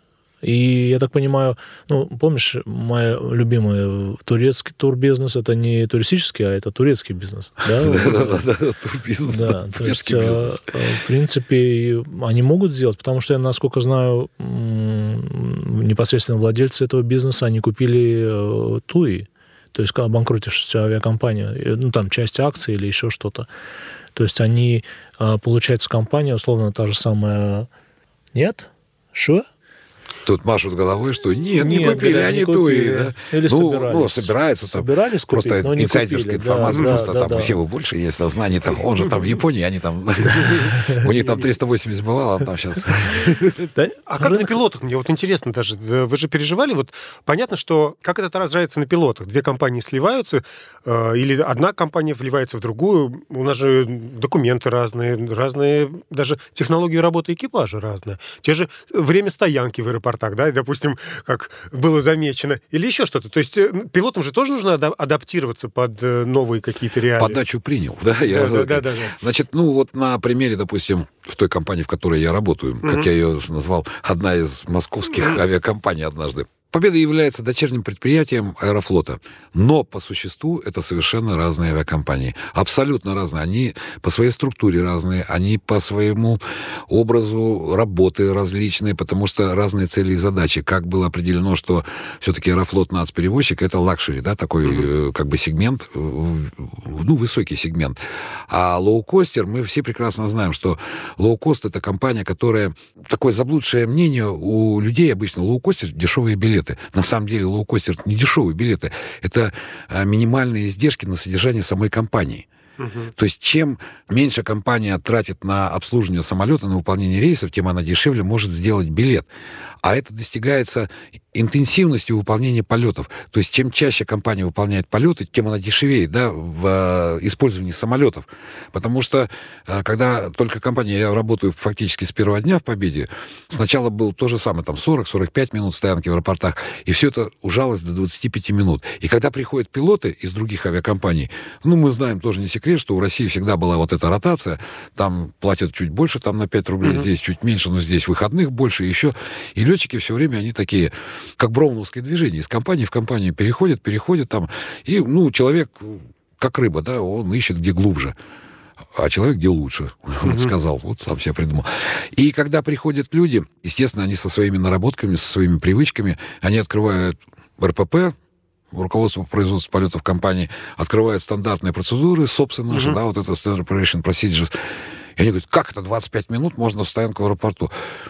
S3: И, я так понимаю, ну, помнишь, моя любимая турецкий турбизнес, это не туристический, а это турецкий бизнес.
S1: Да-да-да, турбизнес.
S3: Да, то есть, в принципе, они могут сделать, потому что я, насколько знаю, непосредственно владельцы этого бизнеса, они купили ТУИ, то есть обанкротившуюся авиакомпанию, ну, там, часть акций или еще что-то. То есть они, получается, компания, условно, та же самая... Нет? Что?
S1: Тут машут головой, что нет, не
S3: Нет,
S1: купили,
S3: да,
S1: они
S3: не
S1: то
S3: купили.
S1: и... Да.
S3: Или
S1: ну,
S3: собирались.
S1: Ну, собираются там.
S3: Собирались купить,
S1: просто
S3: но не
S1: инсайдерская
S3: купили.
S1: информация,
S3: Да,
S1: просто
S3: да,
S1: там
S3: да.
S1: у всего больше есть, а знаний там. Он же там в Японии, они там... У них там триста восемьдесят бывало, а там сейчас...
S2: А как на пилотах? Мне вот интересно даже. Вы же переживали? Вот понятно, что как это отражается на пилотах? Две компании сливаются, или одна компания вливается в другую. У нас же документы разные, разные, даже технологии работы экипажа разные. Те же время стоянки в аэропортах, да, и, допустим, как было замечено, или еще что-то. То есть пилотам же тоже нужно адаптироваться под новые какие-то реалии.
S1: Подачу принял, да? Я,
S2: да, да, да, да.
S1: Значит, ну вот на примере, допустим, в той компании, в которой я работаю, mm-hmm. как я ее назвал, одна из московских mm-hmm. авиакомпаний однажды. Победа является дочерним предприятием Аэрофлота, но по существу это совершенно разные авиакомпании. Абсолютно разные. Они по своей структуре разные, они по своему образу работы различные, потому что разные цели и задачи. Как было определено, что все-таки Аэрофлот нацперевозчик — это лакшери, да, такой mm-hmm. как бы сегмент, ну, высокий сегмент. А лоукостер, мы все прекрасно знаем, что лоукост — это компания, которая... Такое заблудшее мнение у людей обычно. Лоукостер — дешевые билеты. На самом деле лоукостер — не дешевые билеты. Это минимальные издержки на содержание самой компании. Угу. То есть чем меньше компания тратит на обслуживание самолета, на выполнение рейсов, тем она дешевле может сделать билет. А это достигается интенсивностью выполнения полетов. То есть чем чаще компания выполняет полеты, тем она дешевеет, да, в использовании самолетов. Потому что когда только компания, я работаю фактически с первого дня в Победе, сначала был то же самое, там сорок-сорок пять минут стоянки в аэропортах, и все это ужалось до двадцати пяти минут. И когда приходят пилоты из других авиакомпаний, ну, мы знаем, тоже не секрет, что у России всегда была вот эта ротация, там платят чуть больше, там на пять рублей, mm-hmm. здесь чуть меньше, но здесь выходных больше еще. И летчики все время, они такие, как броуновское движение, из компании в компанию переходят, переходят там, и, ну, человек, как рыба, да, он ищет где глубже, а человек где лучше, mm-hmm. сказал, вот сам себя придумал. И когда приходят люди, естественно, они со своими наработками, со своими привычками, они открывают РПП, руководство по производству полетов компании, открывает стандартные процедуры, собственно, наши, mm-hmm. да, вот это Standard Operation Procedures. И они говорят, как это двадцать пять минут можно в стоянку в аэропорту?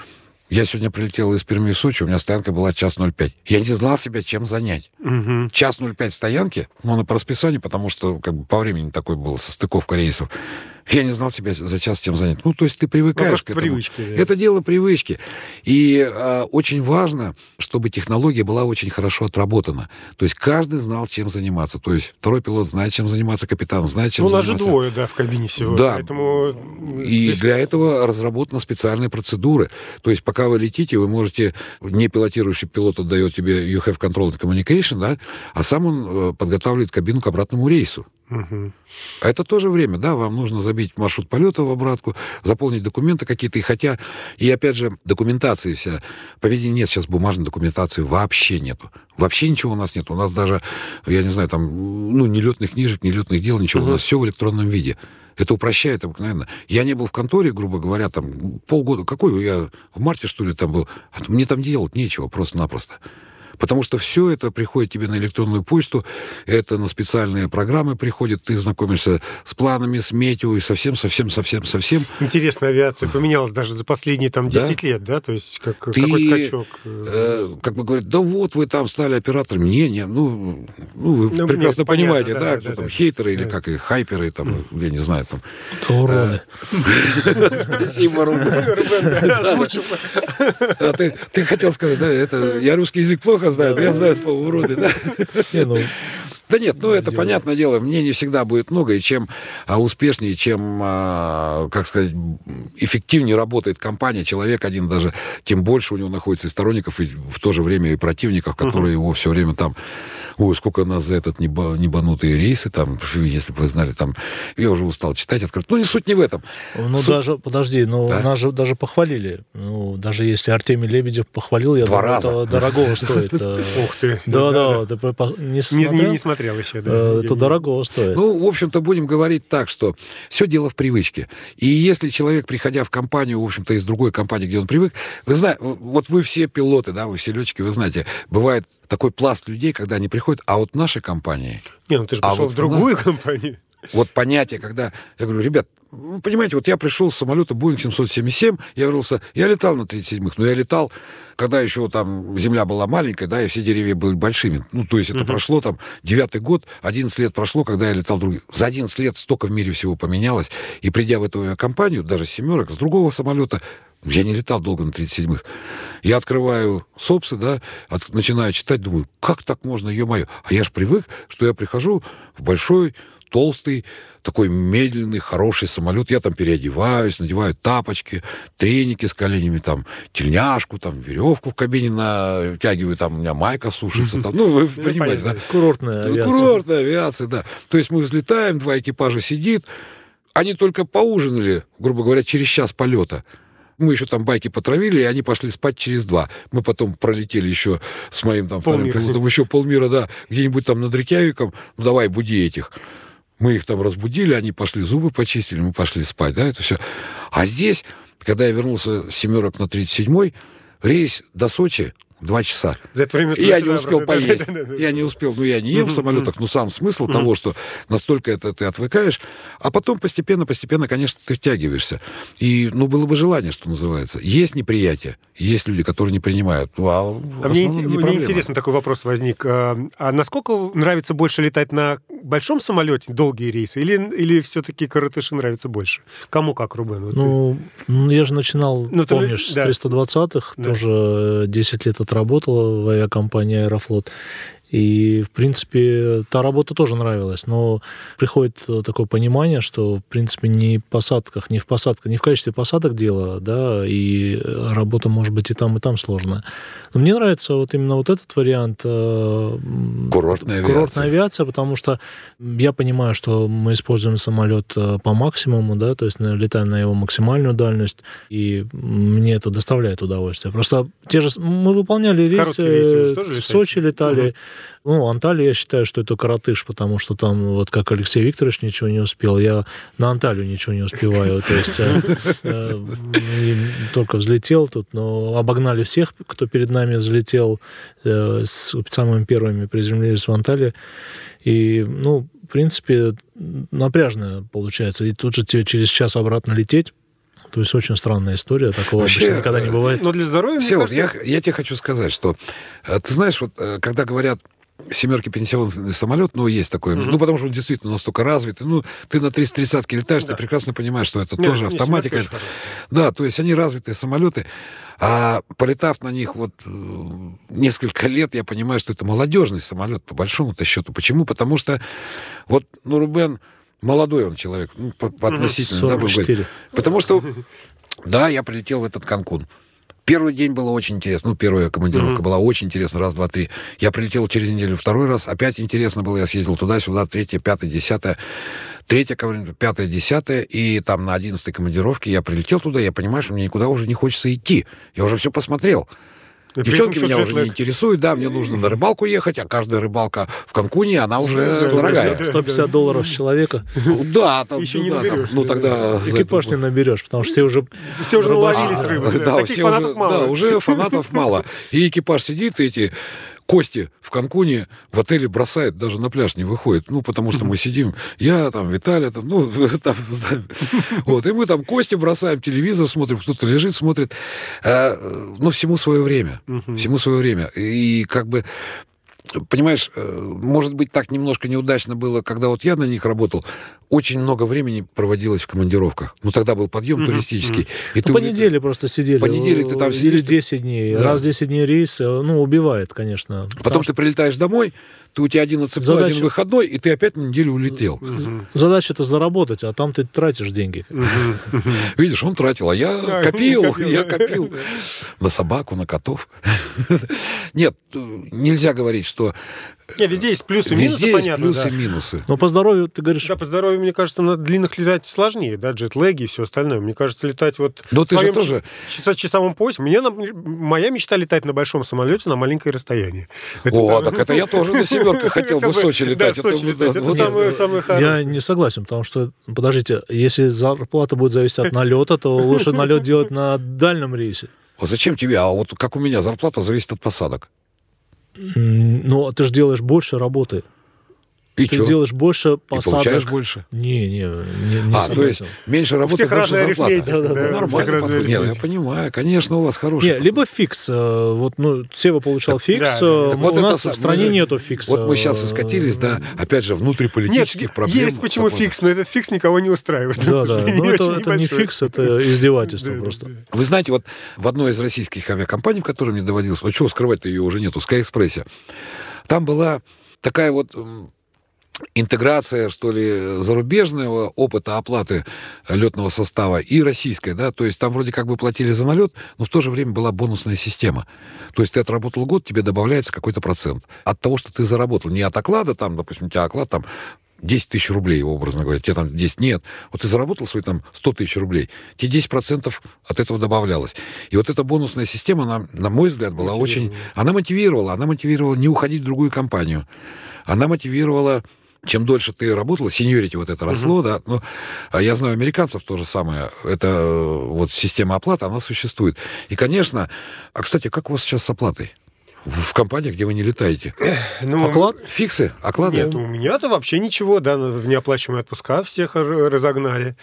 S1: Я сегодня прилетел из Перми в Сочи, у меня стоянка была час ноль пять. Я не знал себя чем занять. Mm-hmm. час ноль пять стоянки, ну, на по расписанию, потому что как бы по времени такой был состыковка рейсов. Я не знал себя за час чем занять. Ну, то есть ты привыкаешь к этому.
S2: Привычки, да.
S1: Это дело привычки. И э, очень важно, чтобы технология была очень хорошо отработана. То есть каждый знал, чем заниматься. То есть второй пилот знает, чем заниматься, капитан знает, чем
S2: ну,
S1: заниматься.
S2: Ну, у нас же двое, да, в кабине всего.
S1: Да.
S2: Поэтому...
S1: И здесь... для этого разработаны специальные процедуры. То есть пока вы летите, вы можете... Не пилотирующий пилот отдает тебе you have control and communication, да, а сам он э, подготавливает кабину к обратному рейсу. Угу. А это тоже время, да, вам нужно забить маршрут полета в обратку, заполнить документы какие-то, и хотя, и опять же, документации вся, поведение нет, сейчас бумажной документации вообще нету, вообще ничего у нас нет, у нас даже, я не знаю, там, ну, ни летных книжек, ни летных дел, ничего, угу. у нас все в электронном виде. Это упрощает обыкновенно. Я не был в конторе, грубо говоря, там, полгода, какой я, в марте, что ли, там был, мне там делать нечего, просто-напросто. Потому что все это приходит тебе на электронную почту, это на специальные программы приходит, ты знакомишься с планами, с метео и совсем-совсем-совсем-совсем.
S2: Интересно, авиация поменялась даже за последние там десять да? лет, да? То есть как, ты, какой скачок?
S1: Э, как бы говорят, да вот вы там стали оператором. Не, не, ну, ну вы ну, прекрасно нет, понимаете, понятно, да, да, кто да, там, да, хейтеры да. или как, или хайперы, там, mm. я не знаю, там.
S3: Уроды.
S1: Спасибо, Рубен. Ты хотел сказать, да, это я русский язык плохо знаю, я знаю слово уроды, да? Не, ну... Да нет, ну это понятное дело, мнений всегда будет много, и чем а, успешнее, чем, а, как сказать, эффективнее работает компания, человек один даже, тем больше у него находится и сторонников, и в то же время и противников, которые uh-huh. его все время там, ой, сколько у нас за этот неба, небанутые рейсы, там, если бы вы знали, там, я уже устал читать, открыть. Ну, не суть не в этом.
S3: Ну,
S1: суть...
S3: даже, подожди, ну, да? нас же даже похвалили. Ну, ну, даже если Артемий Лебедев похвалил, я
S1: Два
S3: думаю,
S1: раза.
S3: это дорого стоит.
S2: Ух ты.
S3: Да, да, ты не смотрел?
S2: Не смотрел еще, да.
S3: Это дорого стоит.
S1: Ну, в общем-то, будем говорить так, что все дело в привычке. И если человек, приходя в компанию, в общем-то, из другой компании, где он привык, вы знаете, вот вы все пилоты, да, вы все летчики, вы знаете, бывает такой пласт людей, когда они приходят, а вот в нашей компании...
S2: Не, ну ты же
S1: а
S2: пошел
S1: вот
S2: в другую
S1: на...
S2: компанию.
S1: Вот понятие, когда... Я говорю, ребят, вы понимаете, вот я пришел с самолета Boeing семьсот семьдесят семь, я вернулся, я летал на тридцать седьмых, но я летал, когда еще там земля была маленькая, да, и все деревья были большими. Ну, то есть это uh-huh. прошло там девятый год, одиннадцать лет прошло, когда я летал другим. За одиннадцать лет столько в мире всего поменялось. И придя в эту компанию, даже с семерок, с другого самолета, я не летал долго на тридцать седьмых. Я открываю СОПСы, да, от, начинаю читать, думаю, как так можно, ё-моё. А я же привык, что я прихожу в большой, толстый, такой медленный, хороший самолет. Я там переодеваюсь, надеваю тапочки, треники с коленями, там, тельняшку, там, веревку в кабине натягиваю, там, у меня майка сушится. Там, ну, вы понимаете, да?
S3: Курортная авиация.
S1: Курортная авиация, да. То есть мы взлетаем, два экипажа сидит. Они только поужинали, грубо говоря, через час полета. Мы еще там байки потравили, и они пошли спать через два. Мы потом пролетели еще с моим там вторым пилотом еще полмира, да, где-нибудь там над Рейкьявиком. Ну, давай, буди этих. Мы их там разбудили, они пошли, зубы почистили, мы пошли спать, да, это все. А здесь, когда я вернулся с семерок на тридцать седьмой, рейс до Сочи два часа.
S2: За это время
S1: я не успел поесть. Я не успел, ну, я не ем в самолетах, но сам смысл того, что настолько это ты отвыкаешь, а потом постепенно, постепенно, конечно, ты втягиваешься. И, ну, было бы желание, что называется. Есть неприятие, есть люди, которые не принимают. Ну, а
S2: а мне, мне интересно, такой вопрос возник. А, а насколько нравится больше летать на большом самолете, долгие рейсы, или, или все-таки коротыши нравится больше? Кому как, Рубен? Вот
S3: ну, ты... я же начинал, ну, помнишь,
S2: ты... да.
S3: с триста двадцатых, да. Тоже десять лет отработала в авиакомпании «Аэрофлот». И, в принципе, та работа тоже нравилась, но приходит такое понимание, что, в принципе, не в посадках, не в посадках, не в качестве посадок дело, да, и работа может быть и там, и там сложная. Но мне нравится вот именно вот этот вариант
S1: курортная авиация.
S3: Курортная авиация, потому что я понимаю, что мы используем самолет по максимуму, да, то есть летаем на его максимальную дальность, и мне это доставляет удовольствие. Просто те же мы выполняли рейсы, рейсы в Сочи летали. Угу. Ну, Анталия, я считаю, что это коротыш, потому что там, вот как Алексей Викторович ничего не успел, я на Анталию ничего не успеваю. То есть только взлетел тут, но обогнали всех, кто перед нами взлетел, с самыми первыми приземлились в Анталии. И, ну, в принципе, напряжно получается. И тут же тебе через час обратно лететь. То есть очень странная история, такого вообще, обычно никогда не бывает.
S2: Но для здоровья,
S1: все,
S2: мне
S1: вот кажется... я, я тебе хочу сказать, что ты знаешь, вот когда говорят семерки пенсионный самолет, ну, есть такое, mm-hmm. ну, потому что он действительно настолько развитый, ну, ты на триста тридцатке летаешь, да. Ты прекрасно понимаешь, что это Нет, тоже автоматика. Это... Да, то есть они развитые самолеты, а полетав на них вот несколько лет, я понимаю, что это молодежный самолет, по большому-то счету. Почему? Потому что вот, ну, Рубен... Молодой он человек, ну, по, по относительно, да, будем говорить. Потому что, да, я прилетел в этот Канкун. Первый день было очень интересно. Ну, первая командировка mm-hmm. была очень интересна. Раз, два, три. Я прилетел через неделю второй раз. Опять интересно было. Я съездил туда-сюда. Третья, пятая, десятая. Третья, пятая, десятая. И там на одиннадцатой командировке я прилетел туда. Я понимаю, что мне никуда уже не хочется идти. Я уже все посмотрел. Девчонки меня уже не интересуют, да, мне нужно на рыбалку ехать, а каждая рыбалка в Канкуне, она уже дорогая.
S3: сто пятьдесят долларов с человека.
S1: Да, там, еще не да, наберешь. Там, ну, тогда
S3: экипаж не наберешь, потому что все уже...
S2: Все уже наловились а, рыбы.
S1: Да, Таких фанатов уже, мало. Да, уже фанатов мало. И экипаж сидит, и эти... Кости в Канкуне в отеле бросает, даже на пляж не выходит. Ну, потому что мы сидим, я там, Виталий, там, ну, там, вот, и мы там Кости бросаем, телевизор смотрим, кто-то лежит, смотрит. А, ну, всему свое время. Всему свое время. И как бы, понимаешь, может быть, так немножко неудачно было, когда вот я на них работал. Очень много времени проводилось в командировках. Ну, тогда был подъем uh-huh, туристический.
S3: Uh-huh. И ну, ты по неделе просто сидели.
S1: По неделе ты там сидишь.
S3: Или десять дней. Да. Раз десять дней рейс, ну, убивает, конечно.
S1: Потом ты
S3: что...
S1: прилетаешь домой, ты, у тебя один отцепной, Задача... один выходной, и ты опять на неделю улетел.
S3: Угу. Задача-то заработать, а там ты тратишь деньги.
S1: Угу. Видишь, он тратил, а я копил, я копил на собаку, на котов. Нет, нельзя говорить, что...
S2: Нет, везде есть плюсы и минусы,
S1: везде
S2: понятно.
S1: Везде есть
S2: да.
S1: плюсы и минусы.
S3: Но по здоровью, ты говоришь...
S2: Да, по здоровью, мне кажется, на длинных летать сложнее, да, джетлеги и все остальное. Мне кажется, летать вот...
S1: Но ты же тоже...
S2: Часа, часовом поясе. Мне, моя мечта летать на большом самолете на маленькое расстояние.
S1: Это О, самое... так это я тоже на семерках хотел бы в Сочи летать.
S2: Да, в Сочи летать. Это самое хорошее.
S3: Я не согласен, потому что, подождите, если зарплата будет зависеть от налета, то лучше налет делать на дальнем рейсе.
S1: А зачем тебе? А вот как у меня, зарплата зависит от посадок.
S3: Ну, ты же делаешь больше работы.
S1: И
S3: ты
S1: что?
S3: делаешь больше посадок.
S1: И получаешь больше?
S3: Не, не, не, не
S1: А,
S3: согласен.
S1: то есть меньше работы, больше зарплаты.
S2: Да, да, да.
S1: Нормально подходит. Нет, я понимаю, конечно, у вас хороший.
S3: Не, либо фикс. Вот, ну, Сева получал так, фикс,
S2: да,
S3: да.
S1: Вот
S3: у нас
S1: это,
S3: в стране
S1: же,
S3: нету фикса.
S1: Вот мы сейчас и скатились, да, опять же, внутриполитических
S2: Нет,
S1: проблем.
S2: есть почему
S1: заплата.
S2: фикс, но этот фикс никого не устраивает.
S3: Да, да, но это, это не фикс, это издевательство просто.
S1: Вы знаете, вот в одной из российских авиакомпаний, в которой мне доводилось, ну, чего скрывать-то ее уже нету, в Sky-экспрессе, там была такая вот интеграция, что ли, зарубежного опыта оплаты летного состава и российской, да, то есть там вроде как бы платили за налет, но в то же время была бонусная система. То есть ты отработал год, тебе добавляется какой-то процент от того, что ты заработал. Не от оклада, там, допустим, у тебя оклад там десять тысяч рублей, образно говоря, тебе там десять, нет. Вот ты заработал свои там сто тысяч рублей, тебе десять процентов от этого добавлялось. И вот эта бонусная система, она, на мой взгляд, была очень... Она мотивировала, она мотивировала не уходить в другую компанию. Она мотивировала... Чем дольше ты работала, сеньорити вот это росло, uh-huh. да, ну, а я знаю американцев то же самое, это вот система оплаты, она существует. И, конечно, а, кстати, как у вас сейчас с оплатой? В компании, где вы не летаете?
S2: Ну,
S1: Оклад? Фиксы? Оклады?
S2: Нет, у меня-то вообще ничего, да, в неоплачиваемые отпуска всех разогнали.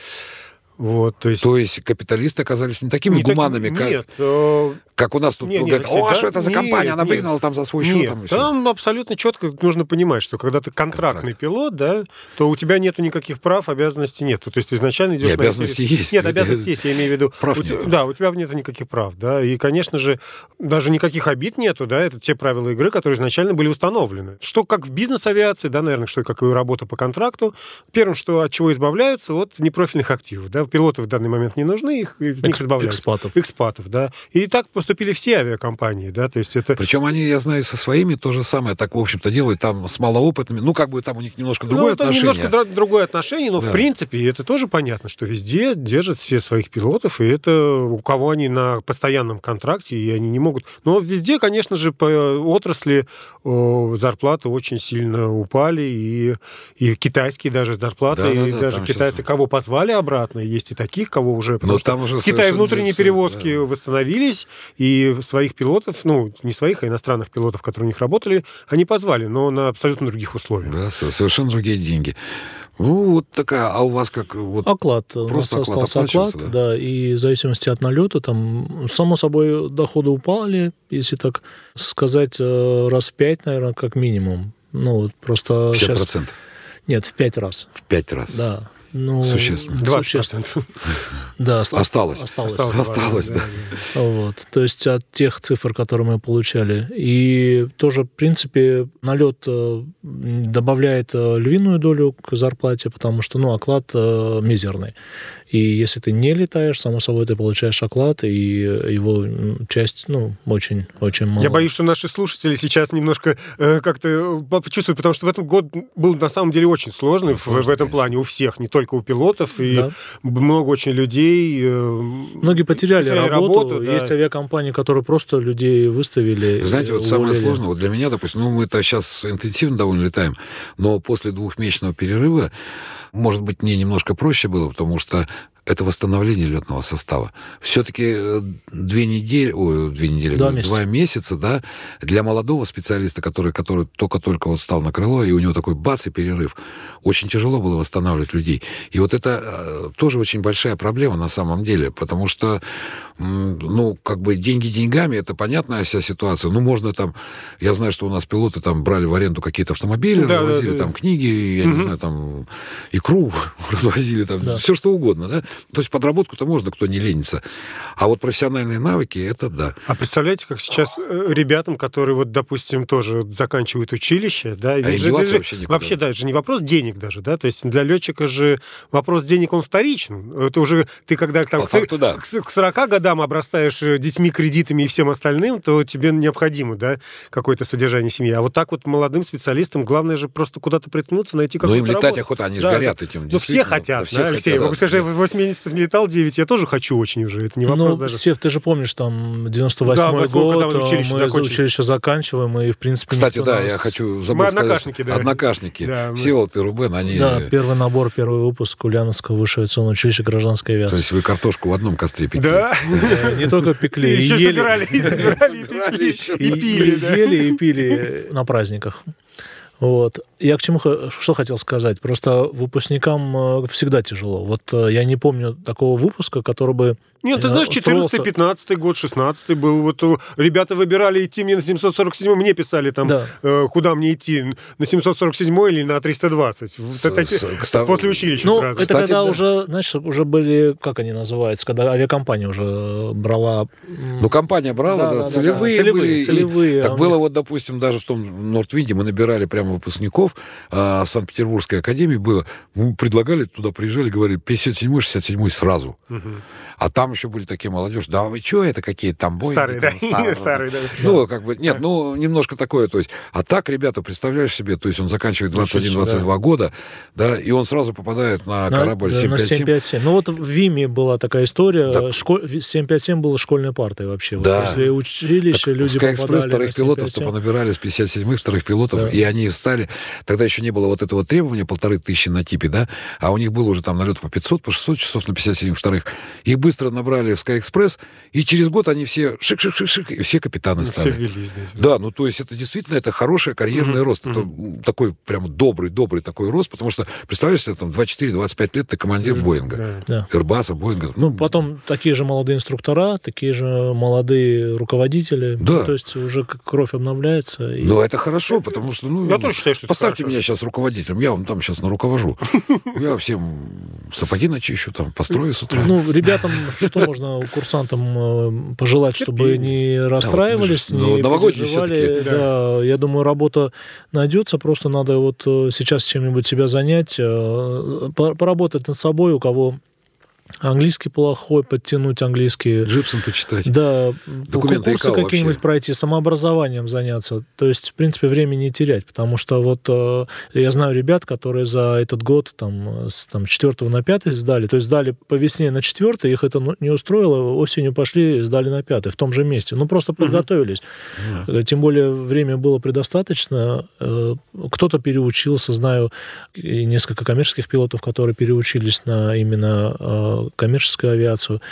S2: Вот, то есть...
S1: То есть капиталисты оказались не такими не гуманными, так... как...
S2: Нет, э...
S1: как у нас тут
S2: нет,
S1: говорят,
S2: нет,
S1: о,
S2: всегда...
S1: что это за компания,
S2: нет,
S1: она
S2: нет.
S1: выгнала там за свой счет.
S2: Нет,
S1: там,
S2: там абсолютно четко нужно понимать, что когда ты контрактный Контракт. пилот, да, то у тебя нету никаких прав, обязанностей нету. То есть ты изначально идешь...
S1: И на обязанности
S2: интерес...
S1: есть.
S2: Нет, обязанности есть, я имею в виду...
S1: Прав
S2: у
S1: нету.
S2: Тебя... Да, у тебя нету никаких прав, да, и, конечно же, даже никаких обид нету, да, это те правила игры, которые изначально были установлены. Что как в бизнес-авиации, да, наверное, что как и работа по контракту, первым, что от чего избавляются, от непрофильных активов, да, пилоты в данный момент не нужны, их в них избавляются.
S3: Экспатов.
S2: Экспатов, да. И так поступили все авиакомпании, да, то есть это...
S1: Причем они, я знаю, со своими то же самое так, в общем-то, делают, там, с малоопытными, ну, как бы там у них немножко другое ну, отношение.
S2: немножко др- другое отношение, но, да. в принципе, это тоже понятно, что везде держат все своих пилотов, и это у кого они на постоянном контракте, и они не могут... Но везде, конечно же, по отрасли о, зарплаты очень сильно упали, и, и китайские даже зарплаты, да, и да, даже китайцы, сейчас... кого позвали обратно, есть и таких, кого уже... Потому что там уже в Китае внутренние перевозки да. восстановились, и своих пилотов, ну, не своих, а иностранных пилотов, которые у них работали, они позвали, но на абсолютно других условиях.
S1: Да, совершенно другие деньги. Ну, вот такая, а у вас как... Вот
S3: оклад. Просто у нас остался оклад, да? да, и в зависимости от налета, там, само собой, доходы упали, если так сказать, раз в пять, наверное, как минимум. Ну, просто
S1: пятьдесят процентов?
S3: Сейчас... Нет, в пять раз.
S1: В пять раз?
S3: Да. Ну,
S1: существенно.
S2: двадцать процентов.
S3: Да,
S1: осталось.
S3: Осталось,
S1: осталось, осталось да.
S3: да. Вот. То есть от тех цифр, которые мы получали. И тоже, в принципе, налет добавляет львиную долю к зарплате, потому что, ну, оклад мизерный. И если ты не летаешь, само собой, ты получаешь оклад, и его часть, ну, очень-очень мало.
S2: Я боюсь, что наши слушатели сейчас немножко э, как-то почувствуют, потому что в этом год был на самом деле очень сложный в, в этом плане у всех, не только у пилотов, и да. много очень людей... Э,
S3: Многие потеряли, потеряли работу. работу да. Есть авиакомпании, которые просто людей выставили.
S1: Знаете, вот самое сложное, вот для меня, допустим, ну, мы-то сейчас интенсивно довольно летаем, но после двухмесячного перерыва, может быть, мне немножко проще было, потому что это восстановление летного состава. Все-таки две недели, ой, две недели, два, месяца. два месяца, да, для молодого специалиста, который, который только-только вот стал на крыло, и у него такой бац и перерыв, очень тяжело было восстанавливать людей. И вот это тоже очень большая проблема на самом деле, потому что, ну, как бы деньги деньгами, это понятная вся ситуация. Ну, можно там, я знаю, что у нас пилоты там брали в аренду какие-то автомобили, да, развозили да, да, там да. книги, я угу. не знаю, там икру развозили, там да. все что угодно, да. То есть подработку-то можно, кто не ленится. А вот профессиональные навыки, это да.
S2: А представляете, как сейчас ребятам, которые, вот, допустим, тоже заканчивают училище, да,
S1: а
S2: же,
S1: деваться
S2: же,
S1: вообще никуда.
S2: Вообще, да, это же не вопрос денег даже, да, то есть для летчика же вопрос денег, он вторичен. Это уже ты, когда там,
S1: По факту, да.
S2: к сорока годам обрастаешь детьми, кредитами и всем остальным, то тебе необходимо, да, какое-то содержание семьи. А вот так вот молодым специалистам главное же просто куда-то приткнуться, найти какую-то
S1: Ну, им летать
S2: работу.
S1: охота, они же
S2: да,
S1: горят этим.
S2: Ну, все хотят,
S1: да, все
S2: да,
S1: хотят,
S2: Алексей,
S1: да,
S2: скажи,
S1: да.
S2: восемь месяцев не летал, девять, я тоже хочу очень уже, это не вопрос
S3: ну,
S2: даже.
S3: Сев, ты же помнишь, там, девяносто восьмой
S2: да,
S3: год,
S2: мы училище,
S3: мы училище заканчиваем, и, в принципе...
S1: Кстати, да,
S3: нас...
S1: я хочу забыть
S2: Мы
S1: сказать,
S2: однокашники, да.
S1: Однокашники.
S2: Да, мы...
S1: Всеволод и Рубен, они...
S3: Да, первый набор, первый выпуск Ульяновского высшего авиационного училища гражданской авиации.
S1: То есть вы картошку в одном костре пекли?
S2: Да.
S3: Не только пекли, и
S2: еще
S3: ели.
S2: собирали, и собирали, и пили.
S3: И ели, и пили на праздниках. Вот. Я к чему что хотел сказать? Просто выпускникам всегда тяжело. Вот я не помню такого выпуска, который бы
S2: Нет, ты знаешь, четырнадцатый, пятнадцатый год, шестнадцатый был. Вот ребята выбирали идти мне на семьсот сорок седьмой, мне писали там, да. э, куда мне идти, на семьсот сорок седьмой или на триста двадцать. С, это, с, с, после училища
S3: ну,
S2: сразу.
S3: Это
S1: Кстати,
S3: когда
S1: да.
S3: уже, знаешь, уже были, как они называются, когда авиакомпания уже брала...
S1: Ну, компания брала, да, да, да целевые,
S3: да, да.
S1: были.
S3: Целевые, целевые,
S1: И, так
S3: а
S1: было вот, допустим, даже в том Нортвинде мы набирали прямо выпускников а, Санкт-Петербургской академии было. Мы предлагали, туда приезжали, говорили, пятьдесят седьмой, шестьдесят седьмой сразу. Угу. А там еще были такие молодежь. Да вы что, это какие-то там бои?
S2: Старые, да. Старые, старые, да.
S1: Ну, как бы, нет, ну, немножко такое, то есть. А так, ребята, представляешь себе, то есть он заканчивает двадцать один двадцать два да. года, да, и он сразу попадает на, на корабль семь пять семь.
S3: Ну, вот в ВИМе была такая история. Так. Школь... семь пять семь было школьной партой вообще.
S1: Да.
S3: Вот после училища так, люди попадали
S1: Скай-экспресс вторых пилотов-то понабирали с пятьдесят седьмых вторых пилотов, да. и они стали... Тогда еще не было вот этого требования, полторы тысячи на типе, да, а у них было уже там налет по пятьсот, по шестьсот часов на пятьдесят семь вторых. Их быстро набрали в Скай-экспресс, и через год они все шик-шик-шик-шик, и все капитаны стали.
S2: Все велись, да.
S1: Да, ну то есть это действительно это хороший карьерный mm-hmm. рост. Mm-hmm. Это такой прям добрый-добрый такой рост, потому что, представляешь себе, там двадцать четыре двадцать пять лет ты командир mm-hmm. Боинга,
S3: да.
S1: Airbus, Боинга.
S3: Ну, потом такие же молодые инструктора, такие же молодые руководители.
S1: Да.
S3: Ну, то есть уже кровь обновляется. И...
S1: Ну, это хорошо, потому что... Ну,
S2: я тоже считаю, что
S1: поставьте
S2: это
S1: меня сейчас руководителем, я вам там сейчас наруковожу. Я всем сапоги начищу, там, построю с утра.
S3: Ну, ребятам, что можно курсантам пожелать, чтобы не расстраивались, не переживали. Да, я думаю, работа найдется, просто надо вот сейчас чем-нибудь себя занять, поработать над собой, у кого... Английский плохой, подтянуть английский.
S1: Джипсон почитать.
S3: Да,
S1: документы
S3: курсы какие-нибудь вообще. Пройти, самообразованием заняться. То есть, в принципе, времени не терять. Потому что вот э, я знаю ребят, которые за этот год там, с там, четвертого на пятый сдали. То есть сдали по весне на четвертый, их это не устроило, осенью пошли и сдали на пятый в том же месте. Ну, просто подготовились. Uh-huh. Тем более, время было предостаточно. Э, кто-то переучился, знаю, и несколько коммерческих пилотов, которые переучились на именно... Э, коммерческую авиацию.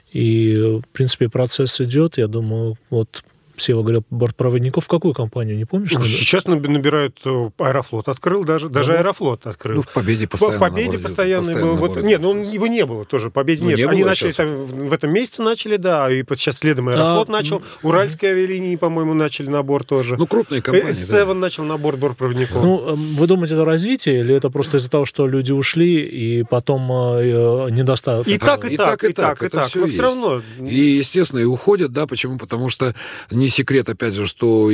S3: И, в принципе, процесс идет. Я думаю, вот Сева говорил, бортпроводников в какую компанию, не помнишь?
S2: Сейчас набирают, Аэрофлот открыл, даже, даже да. Аэрофлот открыл.
S1: Ну, в Победе постоянно.
S2: В Победе постоянный был. Вот, нет, ну, его не было тоже, в Победе ну, нет. Не Они начали там, в этом месяце начали, да, и сейчас следом Аэрофлот а, начал, Уральские авиалинии, по-моему, начали набор тоже.
S1: Ну, крупные компании,
S2: Севен
S1: да.
S2: начал набор бортпроводников.
S3: Ну, вы думаете, это развитие, или это просто из-за того, что люди ушли, и потом э, недостаток?
S2: И так, и так, и так, и так. Но все равно.
S1: И, естественно, и уходят, да, почему? Потому что не секрет, опять же, что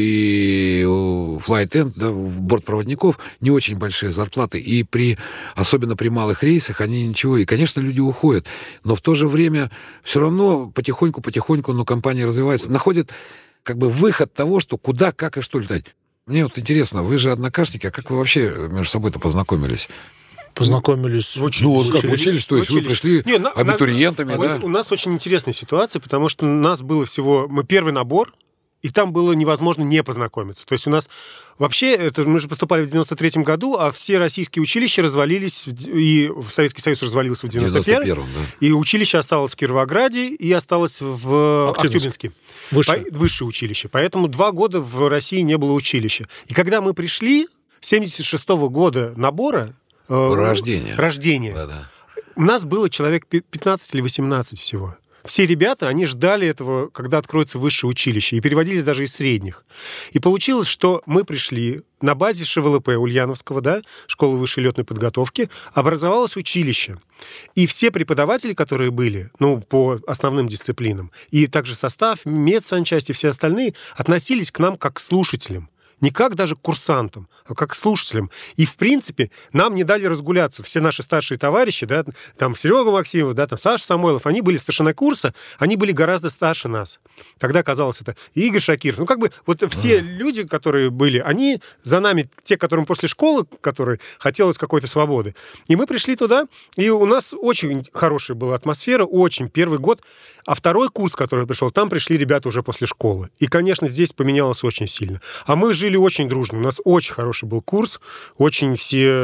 S1: и у Flight End, да, у бортпроводников не очень большие зарплаты, и при, особенно при малых рейсах они ничего, и, конечно, люди уходят, но в то же время все равно потихоньку-потихоньку, но компания развивается, находит как бы выход того, что куда, как и что летать. Мне вот интересно, вы же однокашники, а как вы вообще между собой-то познакомились?
S3: Познакомились
S1: в училище. Ну, как в училище, то есть вы пришли Не, на, абитуриентами,
S2: на,
S1: да?
S2: У нас очень интересная ситуация, потому что у нас было всего... Мы первый набор, и там было невозможно не познакомиться. То есть у нас вообще, это, мы же поступали в девяносто третьем году, а все российские училища развалились, и Советский Союз развалился в девяносто первом,
S1: да.
S2: И училище осталось в Кировограде, и осталось в Актюбинске.
S3: Высшее.
S2: По, высшее училище. Поэтому два года в России не было училища. И когда мы пришли, семьдесят шестого года набора...
S1: Рождения.
S2: Рождения.
S1: Да-да.
S2: У нас было человек пятнадцать или восемнадцать всего. Все ребята, они ждали этого, когда откроется высшее училище, и переводились даже из средних. И получилось, что мы пришли на базе ШВЛП Ульяновского, да, школы высшей летной подготовки, образовалось училище. И все преподаватели, которые были, ну, по основным дисциплинам, и также состав, медсанчасть и все остальные, относились к нам как к слушателям. Не как даже к курсантам, а как к слушателям. И, в принципе, нам не дали разгуляться. Все наши старшие товарищи, да, там Серега Максимов, да, там Саша Самойлов, они были старшина курса, они были гораздо старше нас. Тогда казалось это Игорь Шакиров. Ну, как бы вот все mm. люди, которые были, они за нами, те, которым после школы, которые хотелось какой-то свободы. И мы пришли туда, и у нас очень хорошая была атмосфера, очень. Первый год. А второй курс, который пришел, там пришли ребята уже после школы. И, конечно, здесь поменялось очень сильно. А мы жили очень дружно. У нас очень хороший был курс. Очень все...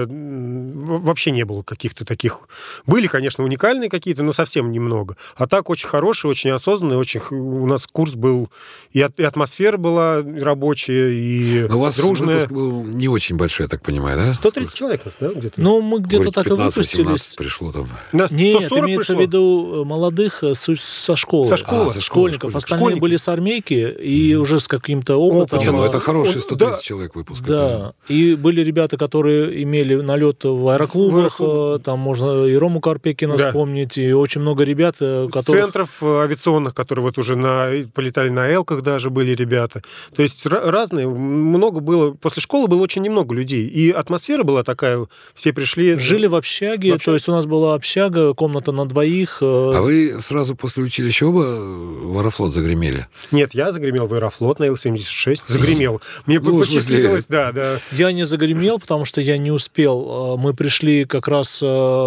S2: Вообще не было каких-то таких... Были, конечно, уникальные какие-то, но совсем немного. А так очень хороший, очень осознанный. Очень... У нас курс был... И, от... и атмосфера была рабочая, и
S1: но у вас
S2: дружная.
S1: Выпуск был не очень большой, я так понимаю, да?
S2: сто тридцать человек нас, да, где-то?
S3: Ну, мы где-то так и выпустились.
S1: Пришло там.
S3: Нас Нет, имеется в виду молодых с со школы.
S2: Со школы.
S3: А, со школьников. Школьников. Остальные школьники. Были с армейки и mm. уже с каким-то опытом.
S1: Не, ну это хороший сто тридцать
S2: да.
S1: человек выпуск.
S3: Да.
S1: Это...
S3: И были ребята, которые имели налет в аэроклубах. В там можно и Рому Карпекина да. вспомнить, и очень много ребят, которые...
S2: С центров авиационных, которые вот уже на... полетали на Элках даже были ребята. То есть разные. Много было. После школы было очень немного людей. И атмосфера была такая. Все пришли...
S3: Жили в общаге. В общаге. То есть у нас была общага, комната на двоих.
S1: А вы сразу после училища оба в Аэрофлот загремели?
S2: Нет, я загремел в Аэрофлот на Ил семьдесят шесть. Загремел. Мне ну, посчастливилось, да, да.
S3: Я не загремел, потому что я не успел. Мы пришли как раз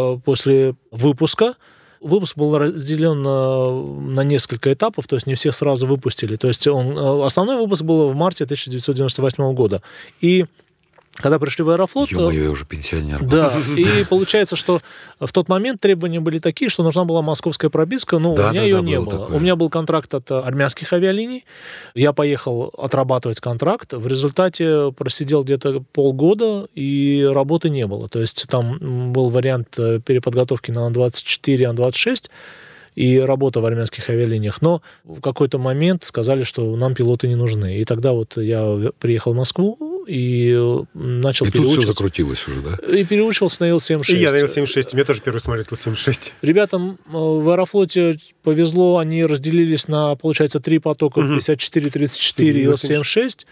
S3: после выпуска. Выпуск был разделен на, на несколько этапов, то есть не всех сразу выпустили. То есть он, основной выпуск был в марте тысяча девятьсот девяносто восьмого года. И когда пришли в Аэрофлот...
S1: Ё-моё, я уже пенсионер.
S3: Да, и получается, что в тот момент требования были такие, что нужна была московская прописка, но да, у меня да, ее да, не было. Такое. У меня был контракт от армянских авиалиний, я поехал отрабатывать контракт, в результате просидел где-то полгода, и работы не было. То есть там был вариант переподготовки на Ан двадцать четыре, Ан двадцать шесть, и работа в армянских авиалиниях. Но в какой-то момент сказали, что нам пилоты не нужны. И тогда вот я приехал в Москву и начал
S1: и
S3: переучиваться.
S1: И тут все закрутилось уже, да?
S3: И переучивался на Ил семьдесят шесть.
S2: И я на Ил семьдесят шесть. У меня тоже первый самолет Ил семьдесят шесть.
S3: Ребятам в Аэрофлоте повезло. Они разделились на, получается, три потока. Угу. пятьдесят четыре, тридцать четыре и Ил семьдесят шесть.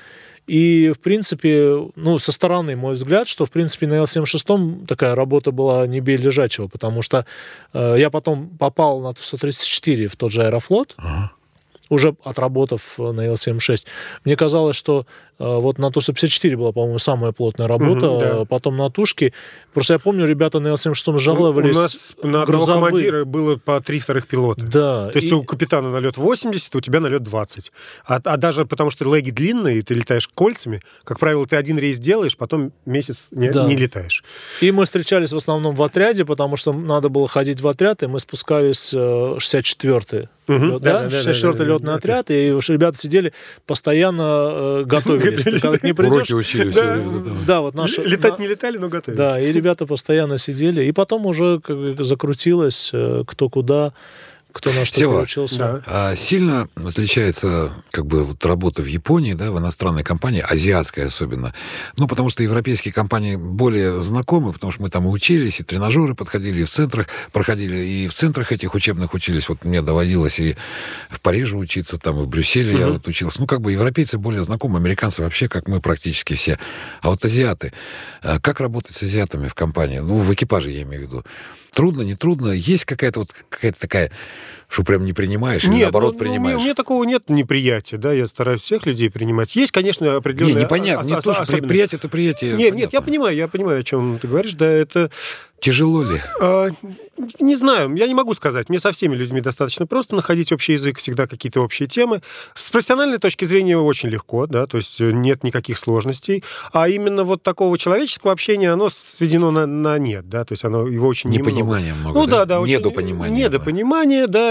S3: И, в принципе, ну, со стороны, мой взгляд, что, в принципе, на Ил семьдесят шесть такая работа была не бей лежачего, потому что э, я потом попал на Ту сто тридцать четыре в тот же Аэрофлот, ага. уже отработав на Ил семьдесят шесть. Мне казалось, что э, вот на Ту сто пятьдесят четыре была, по-моему, самая плотная работа, угу, да. потом на Тушке. Просто я помню, ребята на Ил семьдесят шесть жаловались.
S2: У нас на одного командира было по три вторых пилота.
S3: Да.
S2: То есть
S3: и...
S2: у капитана налет восемьдесят, у тебя налет двадцать. А, а даже потому, что леги длинные, и ты летаешь кольцами, как правило, ты один рейс делаешь, потом месяц не, да. не летаешь.
S3: И мы встречались в основном в отряде, потому что надо было ходить в отряд, и мы спускались шестьдесят четвёртый. Угу. Лёт, да, да, шестьдесят четвёртый да, да, летный да, отряд, да. и ребята сидели, постоянно э, готовились. Ты когда к ним придешь...
S1: Уроки учили все время.
S3: Да, вот наши...
S2: Летать не летали, но готовились.
S3: Да, и ребята постоянно сидели. И потом уже как закрутилось, кто куда, кто на что получился.
S1: Да. А сильно отличается как бы вот работа в Японии, да, в иностранной компании, азиатской особенно. Ну, потому что европейские компании более знакомы, потому что мы там и учились, и тренажеры подходили, и в центрах проходили, и в центрах этих учебных учились. Вот мне доводилось и в Париже учиться, там и в Брюсселе угу. я вот учился. Ну, как бы европейцы более знакомы, американцы вообще, как мы практически все. А вот азиаты. Как работать с азиатами в компании? Ну, в экипаже я имею в виду. Трудно, не трудно? Есть какая-то вот какая-то такая, что прям не принимаешь, или
S2: нет,
S1: наоборот
S2: ну,
S1: принимаешь?
S2: У меня, у меня такого нет неприятия, да, я стараюсь всех людей принимать. Есть, конечно, определенные...
S1: Не, непонятно, не то, что приятие, это приятие.
S2: Нет, понятно. Нет, я понимаю, я понимаю, о чем ты говоришь, да, это...
S1: Тяжело ли?
S2: А, не знаю, я не могу сказать. Мне со всеми людьми достаточно просто находить общий язык, всегда какие-то общие темы. С профессиональной точки зрения очень легко, да, то есть нет никаких сложностей. А именно вот такого человеческого общения, оно сведено на, на нет, да, то есть оно его очень немного.
S1: Непонимание много,
S2: ну,
S1: да?
S2: да, да,
S1: Недопонимание.
S2: Недопонимание, да,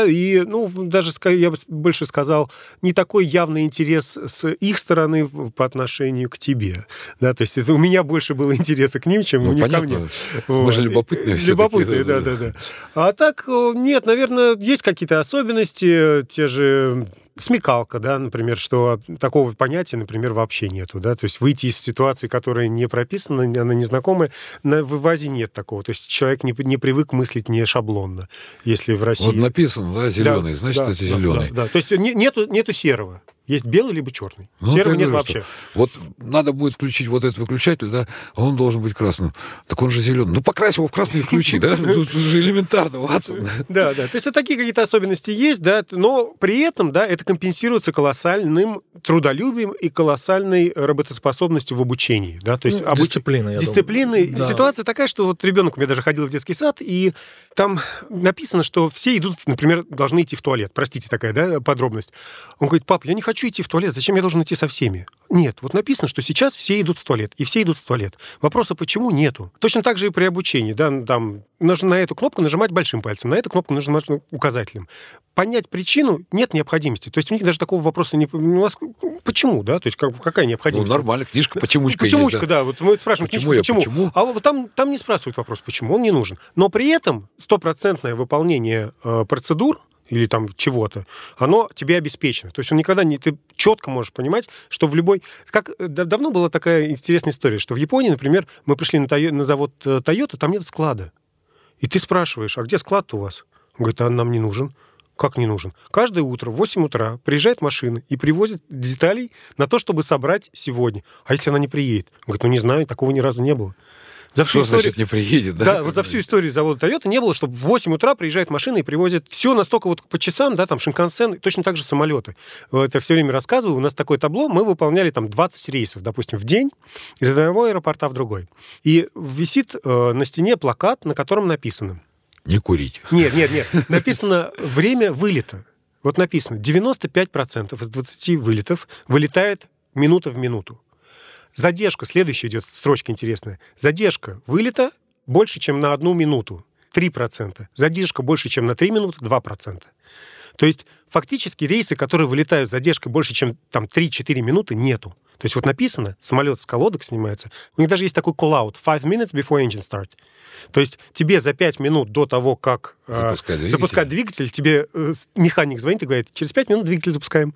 S2: и, ну, даже, я бы больше сказал, не такой явный интерес с их стороны по отношению к тебе. Да, то есть это у меня больше было интереса к ним, чем
S1: ну,
S2: у них
S1: понятно.
S2: ко мне.
S1: Мы
S2: вот.
S1: же любопытные все
S2: Любопытные, да-да-да. А так, нет, наверное, есть какие-то особенности, те же... Смекалка, да, например, что такого понятия, например, вообще нету, да, то есть выйти из ситуации, которая не прописана, она незнакомая, на, в ВАЗе нет такого, то есть человек не, не привык мыслить не шаблонно, если в России...
S1: Вот написано, да, зеленый, да, значит,
S2: да,
S1: это
S2: да,
S1: зеленый.
S2: Да, да, то есть не, нету, нету серого. Есть белый либо черный.
S1: Ну,
S2: серого нет
S1: говорю,
S2: вообще.
S1: Вот надо будет включить вот этот выключатель, да, а он должен быть красным. Так он же зеленый. Ну, покрась его в красный и включи, да? Тут же элементарно, Ватсон.
S2: Да, да. То есть такие какие-то особенности есть, да, но при этом, да, это компенсируется колоссальным трудолюбием и колоссальной работоспособностью в обучении, да, то есть
S3: ну, дисциплина, я
S2: дисциплины.
S3: думаю. Да.
S2: Ситуация такая, что вот ребенок у меня даже ходил в детский сад, и там написано, что все идут, например, должны идти в туалет. Простите, такая, да, подробность. Он говорит: пап, я не хочу идти в туалет, зачем я должен идти со всеми? Нет, вот написано, что сейчас все идут в туалет, и все идут в туалет. Вопроса почему нету. Точно так же и при обучении, да, там нужно на эту кнопку нажимать большим пальцем, на эту кнопку нужно нажимать указательным. Понять причину нет необходимости. То есть у них даже такого вопроса не... У нас... Почему, да? То есть как, какая необходимость?
S1: Ну, нормально, книжка «Почемучка»
S2: Почемучка,
S1: есть,
S2: да. да. Вот мы спрашиваем,
S1: почему,
S2: книжка,
S1: я,
S2: почему?
S1: почему?
S2: А вот там, там не спрашивают вопрос, почему, он не нужен. Но при этом стопроцентное выполнение э, процедур или там чего-то, оно тебе обеспечено. То есть он никогда не... Ты четко можешь понимать, что в любой... Как давно была такая интересная история, что в Японии, например, мы пришли на, Тойо... на завод Toyota, там нет склада. И ты спрашиваешь: а где склад-то у вас? Он говорит: а он нам не нужен. Как не нужен? Каждое утро в восемь утра приезжает машина и привозит деталей на то, чтобы собрать сегодня. А если она не приедет? Он говорит: ну не знаю, такого ни разу не было. За всю
S1: Что
S2: историю...
S1: значит не приедет, да?
S2: Да, вот за всю историю завода Toyota не было, чтобы в восемь утра приезжает машина и привозит все настолько вот по часам, да, там Шинкансен, точно так же самолеты. Это все время рассказываю. У нас такое табло, мы выполняли там двадцать рейсов, допустим, в день из одного аэропорта в другой. И висит э, на стене плакат, на котором написано...
S1: Не курить.
S2: Нет, нет, нет. Написано время вылета. Вот написано: девяносто пять процентов из двадцати вылетов вылетает минута в минуту. Задержка, следующая идет строчка интересная. Задержка вылета больше, чем на одну минуту. три процента. Задержка больше, чем на три минуты. два процента. То есть фактически рейсы, которые вылетают с задержкой больше, чем там три-четыре минуты, нету. То есть вот написано, самолет с колодок снимается. У них даже есть такой call-out: five minutes before engine start. То есть тебе за пять минут до того, как
S1: запускать,
S2: э,
S1: двигатель.
S2: запускать двигатель, тебе э, механик звонит и говорит: через пять минут двигатель запускаем.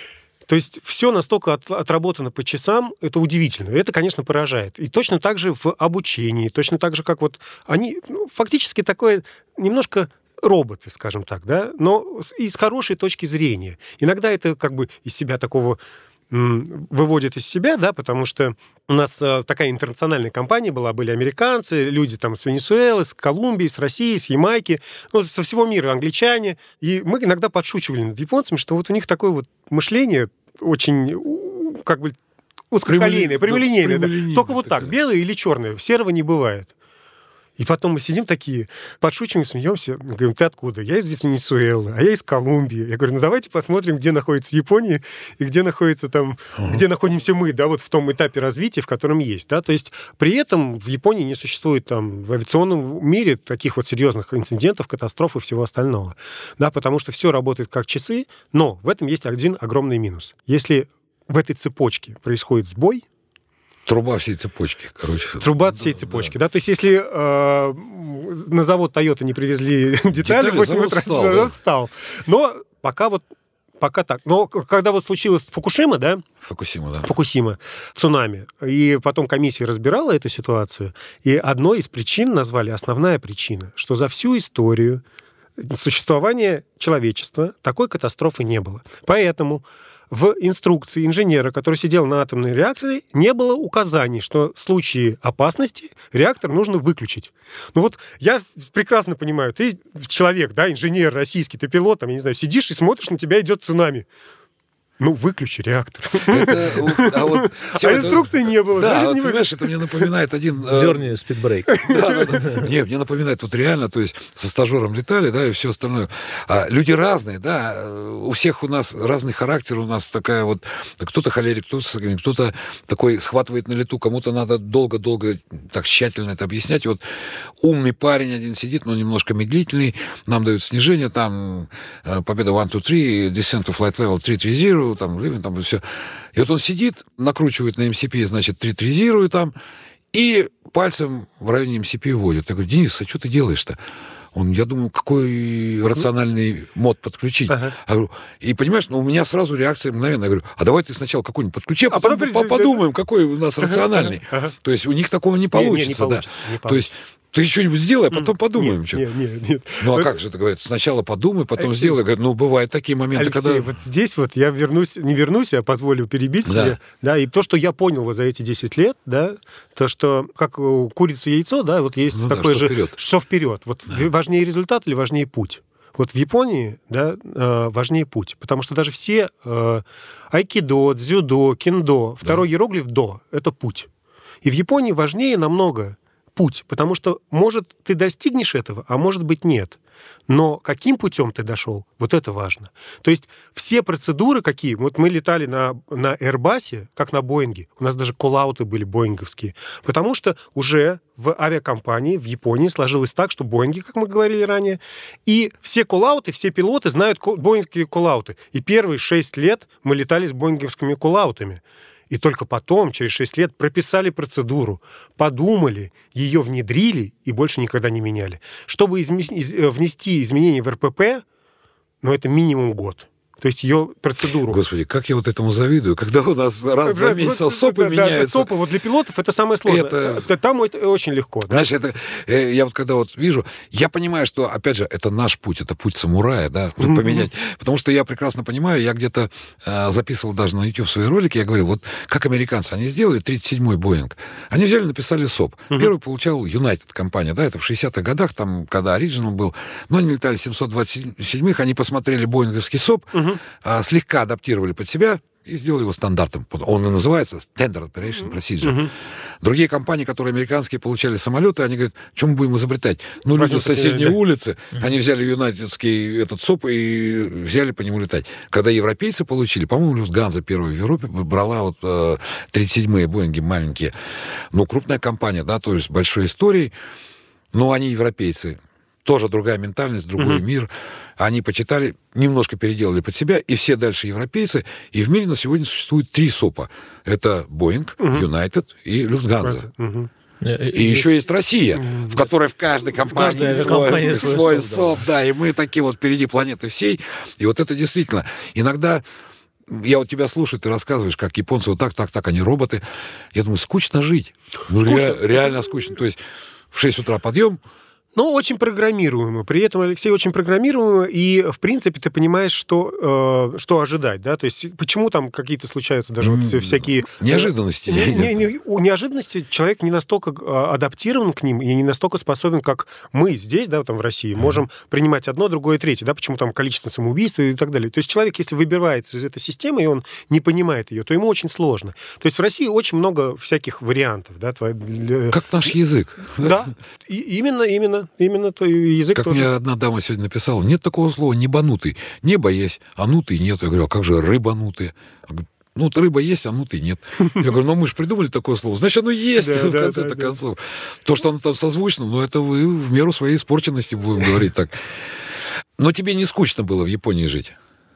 S2: То есть все настолько от, отработано по часам, это удивительно. Это, конечно, поражает. И точно так же в обучении, точно так же, как вот они... Ну, фактически такое немножко... роботы, скажем так, да, но и с хорошей точки зрения. Иногда это как бы из себя такого м, выводит из себя, да, потому что у нас а, такая интернациональная компания была, были американцы, люди там с Венесуэлы, с Колумбии, с России, с Ямайки, ну, со всего мира, англичане, и мы иногда подшучивали над японцами, что вот у них такое вот мышление очень, как бы, узкоколейное, прямолинейное, да, только вот так, белое или черное, серого не бывает. И потом мы сидим такие, подшучиваем, смеемся, говорим: ты откуда? Я из Венесуэлы, а я из Колумбии. Я говорю: ну давайте посмотрим, где находится Япония и где находится там, uh-huh. где находимся мы, да, вот в том этапе развития, в котором есть, да. То есть при этом в Японии не существует там в авиационном мире таких вот серьезных инцидентов, катастроф и всего остального, да, потому что все работает как часы, но в этом есть один огромный минус. Если в этой цепочке происходит сбой,
S1: Труба всей цепочки, короче.
S2: Труба всей цепочки, да. да? То есть если э, на завод Toyota не привезли детали, детали в восемь утра,
S1: встал,
S2: завод
S1: да.
S2: встал. Но пока вот пока так. Но когда вот случилось Фукушима, да?
S1: Фукусима, да.
S2: Фукусима, цунами, и потом комиссия разбирала эту ситуацию, и одной из причин назвали, основная причина, что за всю историю существования человечества такой катастрофы не было. Поэтому в инструкции инженера, который сидел на атомной реакторе, не было указаний, что в случае опасности реактор нужно выключить. Ну вот я прекрасно понимаю, ты человек, да, инженер российский, ты пилот, там, я не знаю, сидишь и смотришь, на тебя идет цунами. Ну, выключи реактор.
S1: Это, а вот,
S2: а инструкции не было.
S1: Да, вот, понимаешь, это мне напоминает один...
S3: Дерни спидбрейк.
S1: Да, да, да. Не, мне напоминает вот реально, то есть со стажером летали, да, и все остальное. А люди разные, да, у всех у нас разный характер, у нас такая вот... Кто-то холерик, кто-то кто-то такой схватывает на лету, кому-то надо долго-долго так тщательно это объяснять. И вот умный парень один сидит, но немножко медлительный, нам дают снижение, там победа один, два, три, descent to flight level три тридцать, там, living, там, все. И вот он сидит, накручивает на эм си пи, значит, три тридцать, там, и пальцем в районе эм си пи вводит. Я говорю: Денис, а что ты делаешь-то? Он, я думаю, какой рациональный мод подключить. Ага. Я говорю, и понимаешь, ну, у меня сразу реакция мгновенная. Я говорю: а давай ты сначала какой-нибудь подключи, а потом, а потом подумаем, какой у нас рациональный. Ага. То есть у них такого не получится. Не, не, не получится, да. Не получится. То есть ты что-нибудь сделай, а потом mm, подумаем. Нет, что. Нет, нет, нет. Ну, а как же это говорит? Сначала подумай, потом Алексей, сделай. Говорит, ну, бывают такие моменты,
S2: Алексей,
S1: когда...
S2: вот здесь вот я вернусь, не вернусь, а позволю перебить да. себе. Да, и то, что я понял вот за эти десять лет, да, то, что как курица яйцо, да, вот есть ну, такое да, что же... Вперед. Что вперед. Вот да. важнее результат или важнее путь? Вот в Японии, да, важнее путь. Потому что даже все айкидо, дзюдо, кендо, второй да. иероглиф «до» — это путь. И в Японии важнее намного путь, потому что, может, ты достигнешь этого, а может быть, нет. Но каким путем ты дошел, вот это важно. То есть все процедуры какие... Вот мы летали на, на Airbus, как на Боинге. У нас даже коллауты были боинговские. Потому что уже в авиакомпании в Японии сложилось так, что Боинги, как мы говорили ранее, и все коллауты, все пилоты знают боингские коллауты. И первые шесть лет мы летали с боинговскими коллаутами. И только потом, через шесть лет, прописали процедуру, подумали, ее внедрили и больше никогда не меняли. Чтобы изме... из... внести изменения в эр пэ пэ, ну, это минимум год. То есть ее процедуру.
S1: Господи, как я вот этому завидую, когда у нас раз в два месяца СОПы да, меняются.
S2: СОПы вот для пилотов это самое сложное. Это... Там это очень легко. Да?
S1: Знаешь, это, я вот когда вот вижу, я понимаю, что, опять же, это наш путь, это путь самурая, да, mm-hmm. поменять. Потому что я прекрасно понимаю, я где-то э, записывал даже на YouTube свои ролики, я говорил, вот как американцы, они сделали тридцать седьмой Боинг, они взяли, написали СОП. Mm-hmm. Первый получал United компания, да, это в шестидесятых годах, там, когда Original был, но они летали семьсот двадцать седьмых, они посмотрели боинговский СОП, mm-hmm. слегка адаптировали под себя и сделали его стандартом. Он и называется Standard Operation Procedure. Uh-huh. Другие компании, которые американские, получали самолеты, они говорят, что мы будем изобретать? Ну, люди с соседней да. улицы, uh-huh. они взяли юнайтедский этот СОП и взяли по нему летать. Когда европейцы получили, по-моему, Люфтганза первая в Европе брала вот э, тридцать седьмые Боинги маленькие. Ну, крупная компания, да, то есть с большой историей, но они европейцы. Тоже другая ментальность, другой uh-huh. мир. Они почитали, немножко переделали под себя, и все дальше европейцы. И в мире на сегодня существует три СОПа. Это Боинг, United uh-huh. и Люфтганза. Uh-huh. И, и еще есть Россия, uh-huh. в которой в каждой компании, в каждой свой, компании свой, свой СОП. Да. да, и мы такие вот впереди планеты всей. И вот это действительно... Иногда... Я вот тебя слушаю, ты рассказываешь, как японцы вот так, так, так, они роботы. Я думаю, скучно жить. Ну, скучно. Ре- реально скучно. То есть в шесть утра подъем,
S2: но очень программируемо. При этом, Алексей, очень программируемо, и, в принципе, ты понимаешь, что, э, что ожидать, да? То есть, почему там какие-то случаются даже mm, вот всякие...
S1: Неожиданности.
S2: Не, не, не, у неожиданности человек не настолько адаптирован к ним и не настолько способен, как мы здесь, да, там в России, mm. можем принимать одно, другое, третье, да? Почему там количество самоубийств и так далее. То есть, человек, если выбирается из этой системы, и он не понимает ее, то ему очень сложно. То есть, в России очень много всяких вариантов, да?
S1: Как наш язык.
S2: Да, и, именно, именно. Именно то язык
S1: как
S2: тоже.
S1: Мне одна дама сегодня написала, нет такого слова «небанутый». Небо есть, а нутый нет. Я говорю, а как же рыбанутые? Ну, вот рыба есть, а нутый нет. Я говорю, ну мы же придумали такое слово. Значит, оно есть, в конце-то концов. То, что оно там созвучно, ну это вы в меру своей испорченности будем говорить так. Но тебе не скучно было в Японии жить?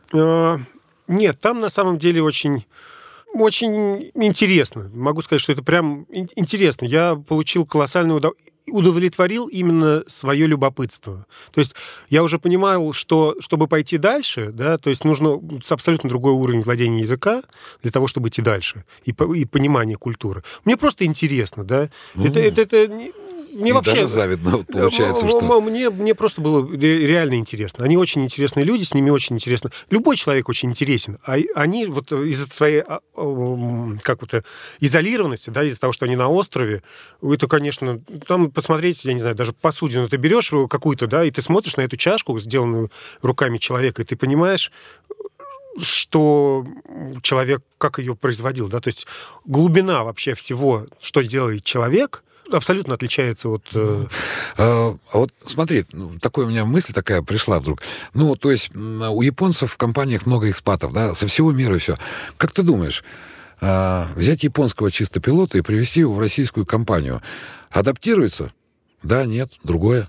S2: Нет, там на самом деле очень... Очень интересно. Могу сказать, что это прям интересно. Я получил колоссальное удовольствие. Удовлетворил именно свое любопытство. То есть я уже понимал, что чтобы пойти дальше, да, то есть нужно абсолютно другой уровень владения языка для того, чтобы идти дальше, и, и понимание культуры. Мне просто интересно, да. Mm. Это, это, это мне
S1: и
S2: вообще
S1: даже завидно получается, что...
S2: Мне, мне просто было реально интересно. Они очень интересные люди, с ними очень интересно. Любой человек очень интересен. А они вот из-за своей как вот, изолированности, да, из-за того, что они на острове, это, конечно, там посмотреть, я не знаю, даже посудину ты берешь какую-то, да, и ты смотришь на эту чашку, сделанную руками человека, и ты понимаешь, что человек, как ее производил, да, то есть глубина вообще всего, что делает человек, абсолютно отличается от...
S1: А, а вот смотри, такая у меня мысль такая пришла вдруг. Ну, то есть у японцев в компаниях много экспатов, да, со всего мира и все. Как ты думаешь, взять японского чисто пилота и привезти его в российскую компанию, адаптируется? Да, нет, другое?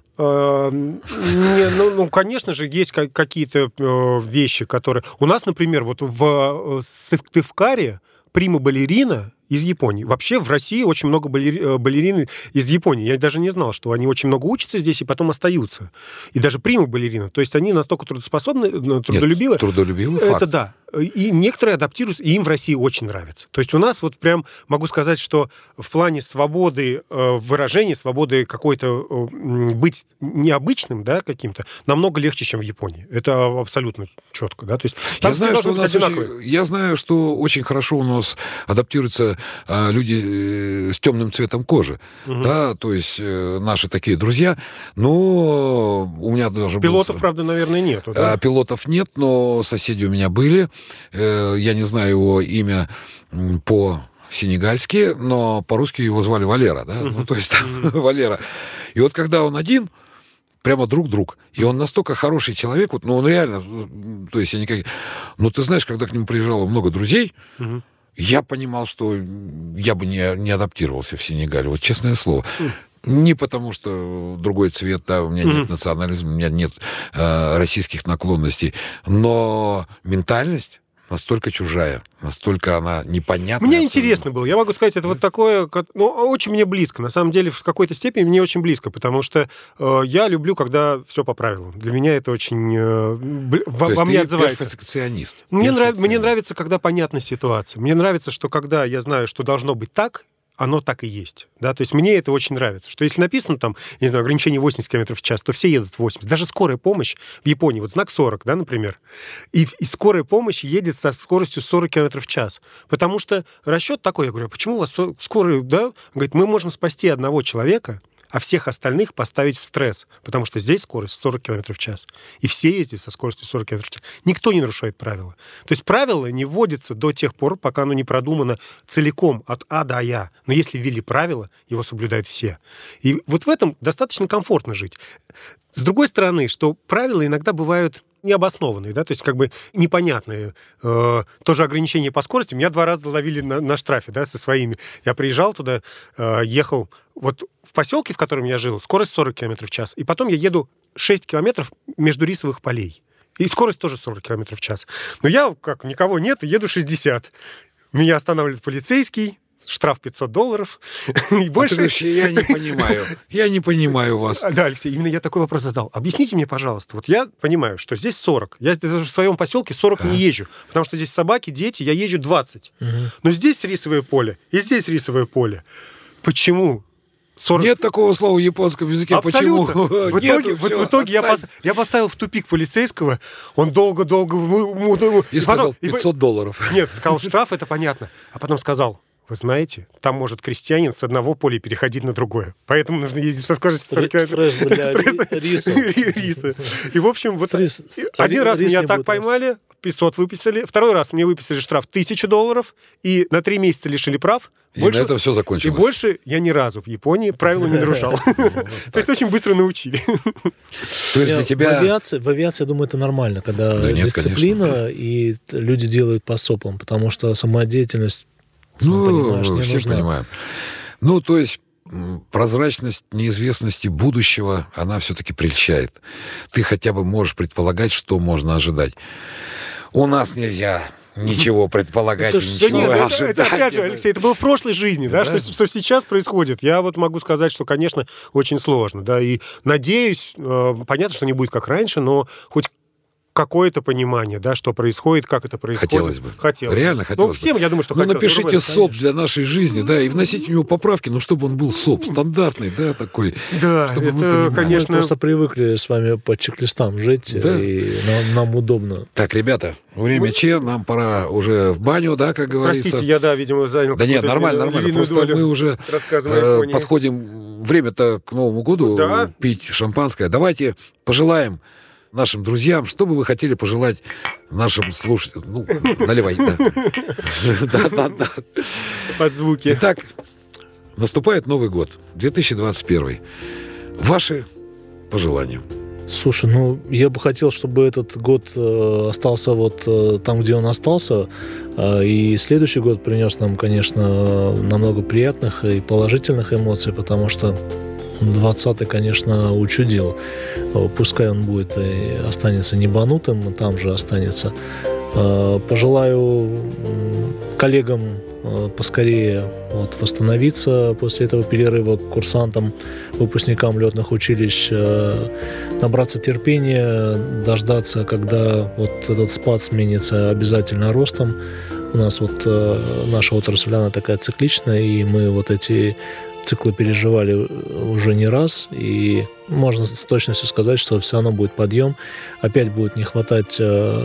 S2: Не, ну, ну, конечно же, есть какие-то вещи, которые... У нас, например, вот в Сыктывкаре прима-балерина из Японии. Вообще в России очень много балери... балерин из Японии. Я даже не знал, что они очень много учатся здесь и потом остаются. И даже прима-балерина. То есть они настолько трудоспособны, трудолюбивы.
S1: Нет, трудолюбивый факт.
S2: Это да. И некоторые адаптируются, и им в России очень нравится. То есть у нас вот прям могу сказать, что в плане свободы выражения, свободы какой-то быть необычным, да, каким-то, намного легче, чем в Японии. Это абсолютно четко, да. То есть
S1: я знаю, что у нас очень, я знаю, что очень хорошо у нас адаптируются а, люди с темным цветом кожи, угу. да, то есть наши такие друзья. Но у меня даже
S2: пилотов,
S1: был...
S2: правда, наверное, нету. Да?
S1: А, пилотов нет, но соседи у меня были. Я не знаю его имя по-сенегальски, но по-русски его звали Валера, да? Uh-huh. Ну, то есть uh-huh. Валера. И вот когда он один, прямо друг-друг, и он настолько хороший человек, вот, ну, он реально, то есть я никак... Ну, ты знаешь, когда к нему приезжало много друзей, uh-huh. я понимал, что я бы не, не адаптировался в Сенегале, вот честное слово. Uh-huh. Не потому, что другой цвет, да, у меня mm-hmm. нет национализма, у меня нет э, российских наклонностей, но ментальность настолько чужая, настолько она непонятная.
S2: Мне
S1: абсолютно.
S2: Интересно было. Я могу сказать, это вот такое, ну, очень мне близко. На самом деле, в какой-то степени мне очень близко, потому что э, я люблю, когда все по правилам. Для меня это очень э, во, во мне отзывается.
S1: Перфекционист.
S2: Мне, нрав, мне нравится, когда понятна ситуация. Мне нравится, что когда я знаю, что должно быть так, оно так и есть. Да? То есть мне это очень нравится. Что если написано там, не знаю, ограничение восемьдесят километров в час, то все едут восемьдесят. Даже скорая помощь в Японии, вот знак сорок, да, например, и, и скорая помощь едет со скоростью сорок километров в час. Потому что расчет такой, я говорю, а почему у вас скорая, да? Он говорит, мы можем спасти одного человека, а всех остальных поставить в стресс, потому что здесь скорость сорок километров в час. И все ездят со скоростью сорок километров в час. Никто не нарушает правила. То есть правило не вводится до тех пор, пока оно не продумано целиком от А до Я. Но если ввели правило, его соблюдают все. И вот в этом достаточно комфортно жить. С другой стороны, что правила иногда бывают необоснованные, да, то есть как бы непонятные. Э, тоже ограничения по скорости. Меня два раза ловили на, на штрафе, да, со своими. Я приезжал туда, э, ехал вот в поселке, в котором я жил, скорость сорок километров в час. И потом я еду шесть километров между рисовых полей. И скорость тоже сорок километров в час. Но я, как, никого нет, и еду шестьдесят. Меня останавливает полицейский, штраф пятьсот долларов. И больше...
S1: А ты говоришь, я не понимаю. Я не понимаю вас.
S2: Да, Алексей, именно я такой вопрос задал. Объясните мне, пожалуйста. Вот я понимаю, что здесь сорок. Я даже в своем поселке сорок а. не езжу. Потому что здесь собаки, дети, я езжу двадцать. Угу. Но здесь рисовое поле, и здесь рисовое поле. Почему? сорок...
S1: Нет такого слова в японском языке.
S2: Абсолютно.
S1: Почему?
S2: В итоге,
S1: Нету,
S2: в, в итоге я, пос, я поставил в тупик полицейского. Он долго-долго...
S1: И сказал пятьсот долларов.
S2: Нет, сказал штраф, это понятно. А потом сказал... Вы знаете, там может крестьянин с одного поля переходить на другое. Поэтому нужно ездить со скоростью сорок километров.
S3: Стресс для
S2: риса. И, в общем, вот один раз меня так поймали, пятьсот выписали. Второй раз мне выписали штраф тысячу долларов. И на три месяца лишили прав.
S1: И больше, на этом все закончилось.
S2: И больше я ни разу в Японии правила не нарушал. То есть очень быстро научили.
S1: То есть для тебя...
S3: В авиации, я думаю, это нормально, когда дисциплина, и люди делают по СОПам, потому что самодеятельность,
S1: ну, все нужна. Понимаем. Ну, то есть прозрачность неизвестности будущего, она все-таки прельщает. Ты хотя бы можешь предполагать, что можно ожидать. У нас нельзя ничего предполагать, это, ничего
S2: да нет,
S1: ожидать.
S2: Это, это, опять же, Алексей, это было в прошлой жизни, да, да? Что, что сейчас происходит. Я вот могу сказать, что, конечно, очень сложно. Да, и надеюсь, э, понятно, что не будет как раньше, но хоть какое-то понимание, да, что происходит, как это происходит.
S1: Хотелось бы.
S2: Хотелось.
S1: Реально хотелось
S2: ну, всем,
S1: бы.
S2: я думаю, что
S1: ну,
S2: хотелось.
S1: напишите СОП для нашей жизни, да, и вносите в него поправки, но чтобы он был СОП, стандартный, да, такой.
S2: Да, это, конечно...
S3: Мы просто привыкли с вами по чек-листам жить, да? И нам, нам удобно.
S1: Так, ребята, время мы... Че, нам пора уже в баню, да, как говорится.
S2: Простите, я, да, видимо, занял
S1: Да нет, нормально, нормально, просто мы уже э, подходим, время-то к Новому году, да? Пить шампанское. Давайте пожелаем нашим друзьям, что бы вы хотели пожелать нашим слушателям? Ну, наливай, да. Да-да-да.
S2: Под звуки.
S1: Итак, наступает Новый год, две тысячи двадцать первый. Ваши пожелания?
S3: Слушай, ну, я бы хотел, чтобы этот год э, остался вот э, там, где он остался, э, и следующий год принес нам, конечно, намного приятных и положительных эмоций, потому что двадцатый, конечно, учудил. Пускай он будет и останется небанутым, там же останется. Э, пожелаю коллегам э, поскорее вот, восстановиться после этого перерыва, курсантам, выпускникам летных училищ, э, набраться терпения, дождаться, когда вот этот спад сменится обязательно ростом. У нас вот э, наша отрасль, она такая цикличная, и мы вот эти циклы переживали уже не раз, и можно с точностью сказать, что все равно будет подъем, опять будет не хватать,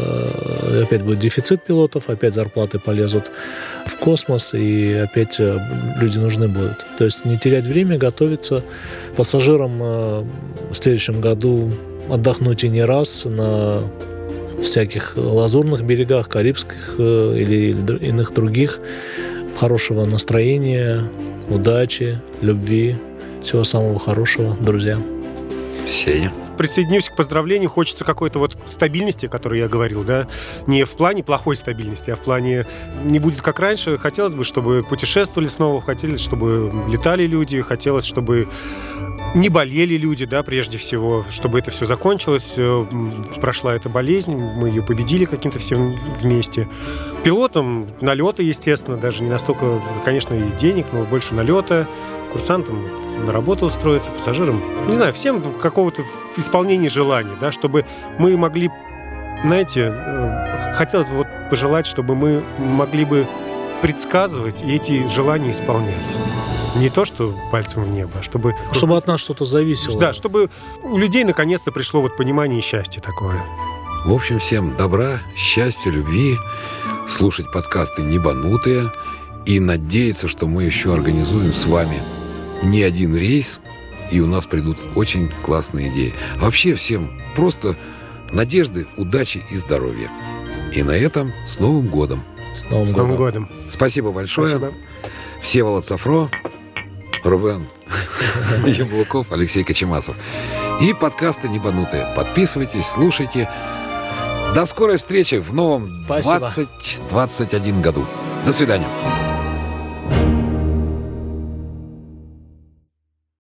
S3: э, опять будет дефицит пилотов, опять зарплаты полезут в космос, и опять люди нужны будут. То есть не терять время, готовиться. Пассажирам э, в следующем году отдохнуть и не раз на всяких лазурных берегах, карибских э, или иных других. Хорошего настроения, удачи, любви, всего самого хорошего, друзья.
S1: Сеня.
S2: Присоединюсь к поздравлению. Хочется какой-то вот стабильности, о которой я говорил, да, не в плане плохой стабильности, а в плане не будет как раньше. Хотелось бы, чтобы путешествовали снова, хотелось, чтобы летали люди, хотелось, чтобы не болели люди, да, прежде всего, чтобы это все закончилось, прошла эта болезнь, мы ее победили каким-то всем вместе. Пилотам налеты, естественно, даже не настолько, конечно, и денег, но больше налета, курсантам на работу устроиться, пассажирам, не знаю, всем какого-то исполнения желаний, да, чтобы мы могли, знаете, хотелось бы вот пожелать, чтобы мы могли бы предсказывать, и эти желания исполнялись. Не то, что пальцем в небо, а чтобы...
S3: Чтобы от нас что-то зависело.
S2: Да, чтобы у людей наконец-то пришло вот понимание и счастье такое.
S1: В общем, всем добра, счастья, любви, слушать подкасты «Небанутые» и надеяться, что мы еще организуем с вами не один рейс, и у нас придут очень классные идеи. А вообще всем просто надежды, удачи и здоровья. И на этом с Новым годом!
S3: С Новым,
S2: с
S3: годом.
S2: Новым годом!
S1: Спасибо большое.
S2: Спасибо.
S1: Всеволод Сафро, Рубен Яблуков, Алексей Кочемасов. И подкасты «Небанутые». Подписывайтесь, слушайте. До скорой встречи в новом двадцать двадцать один году. До свидания.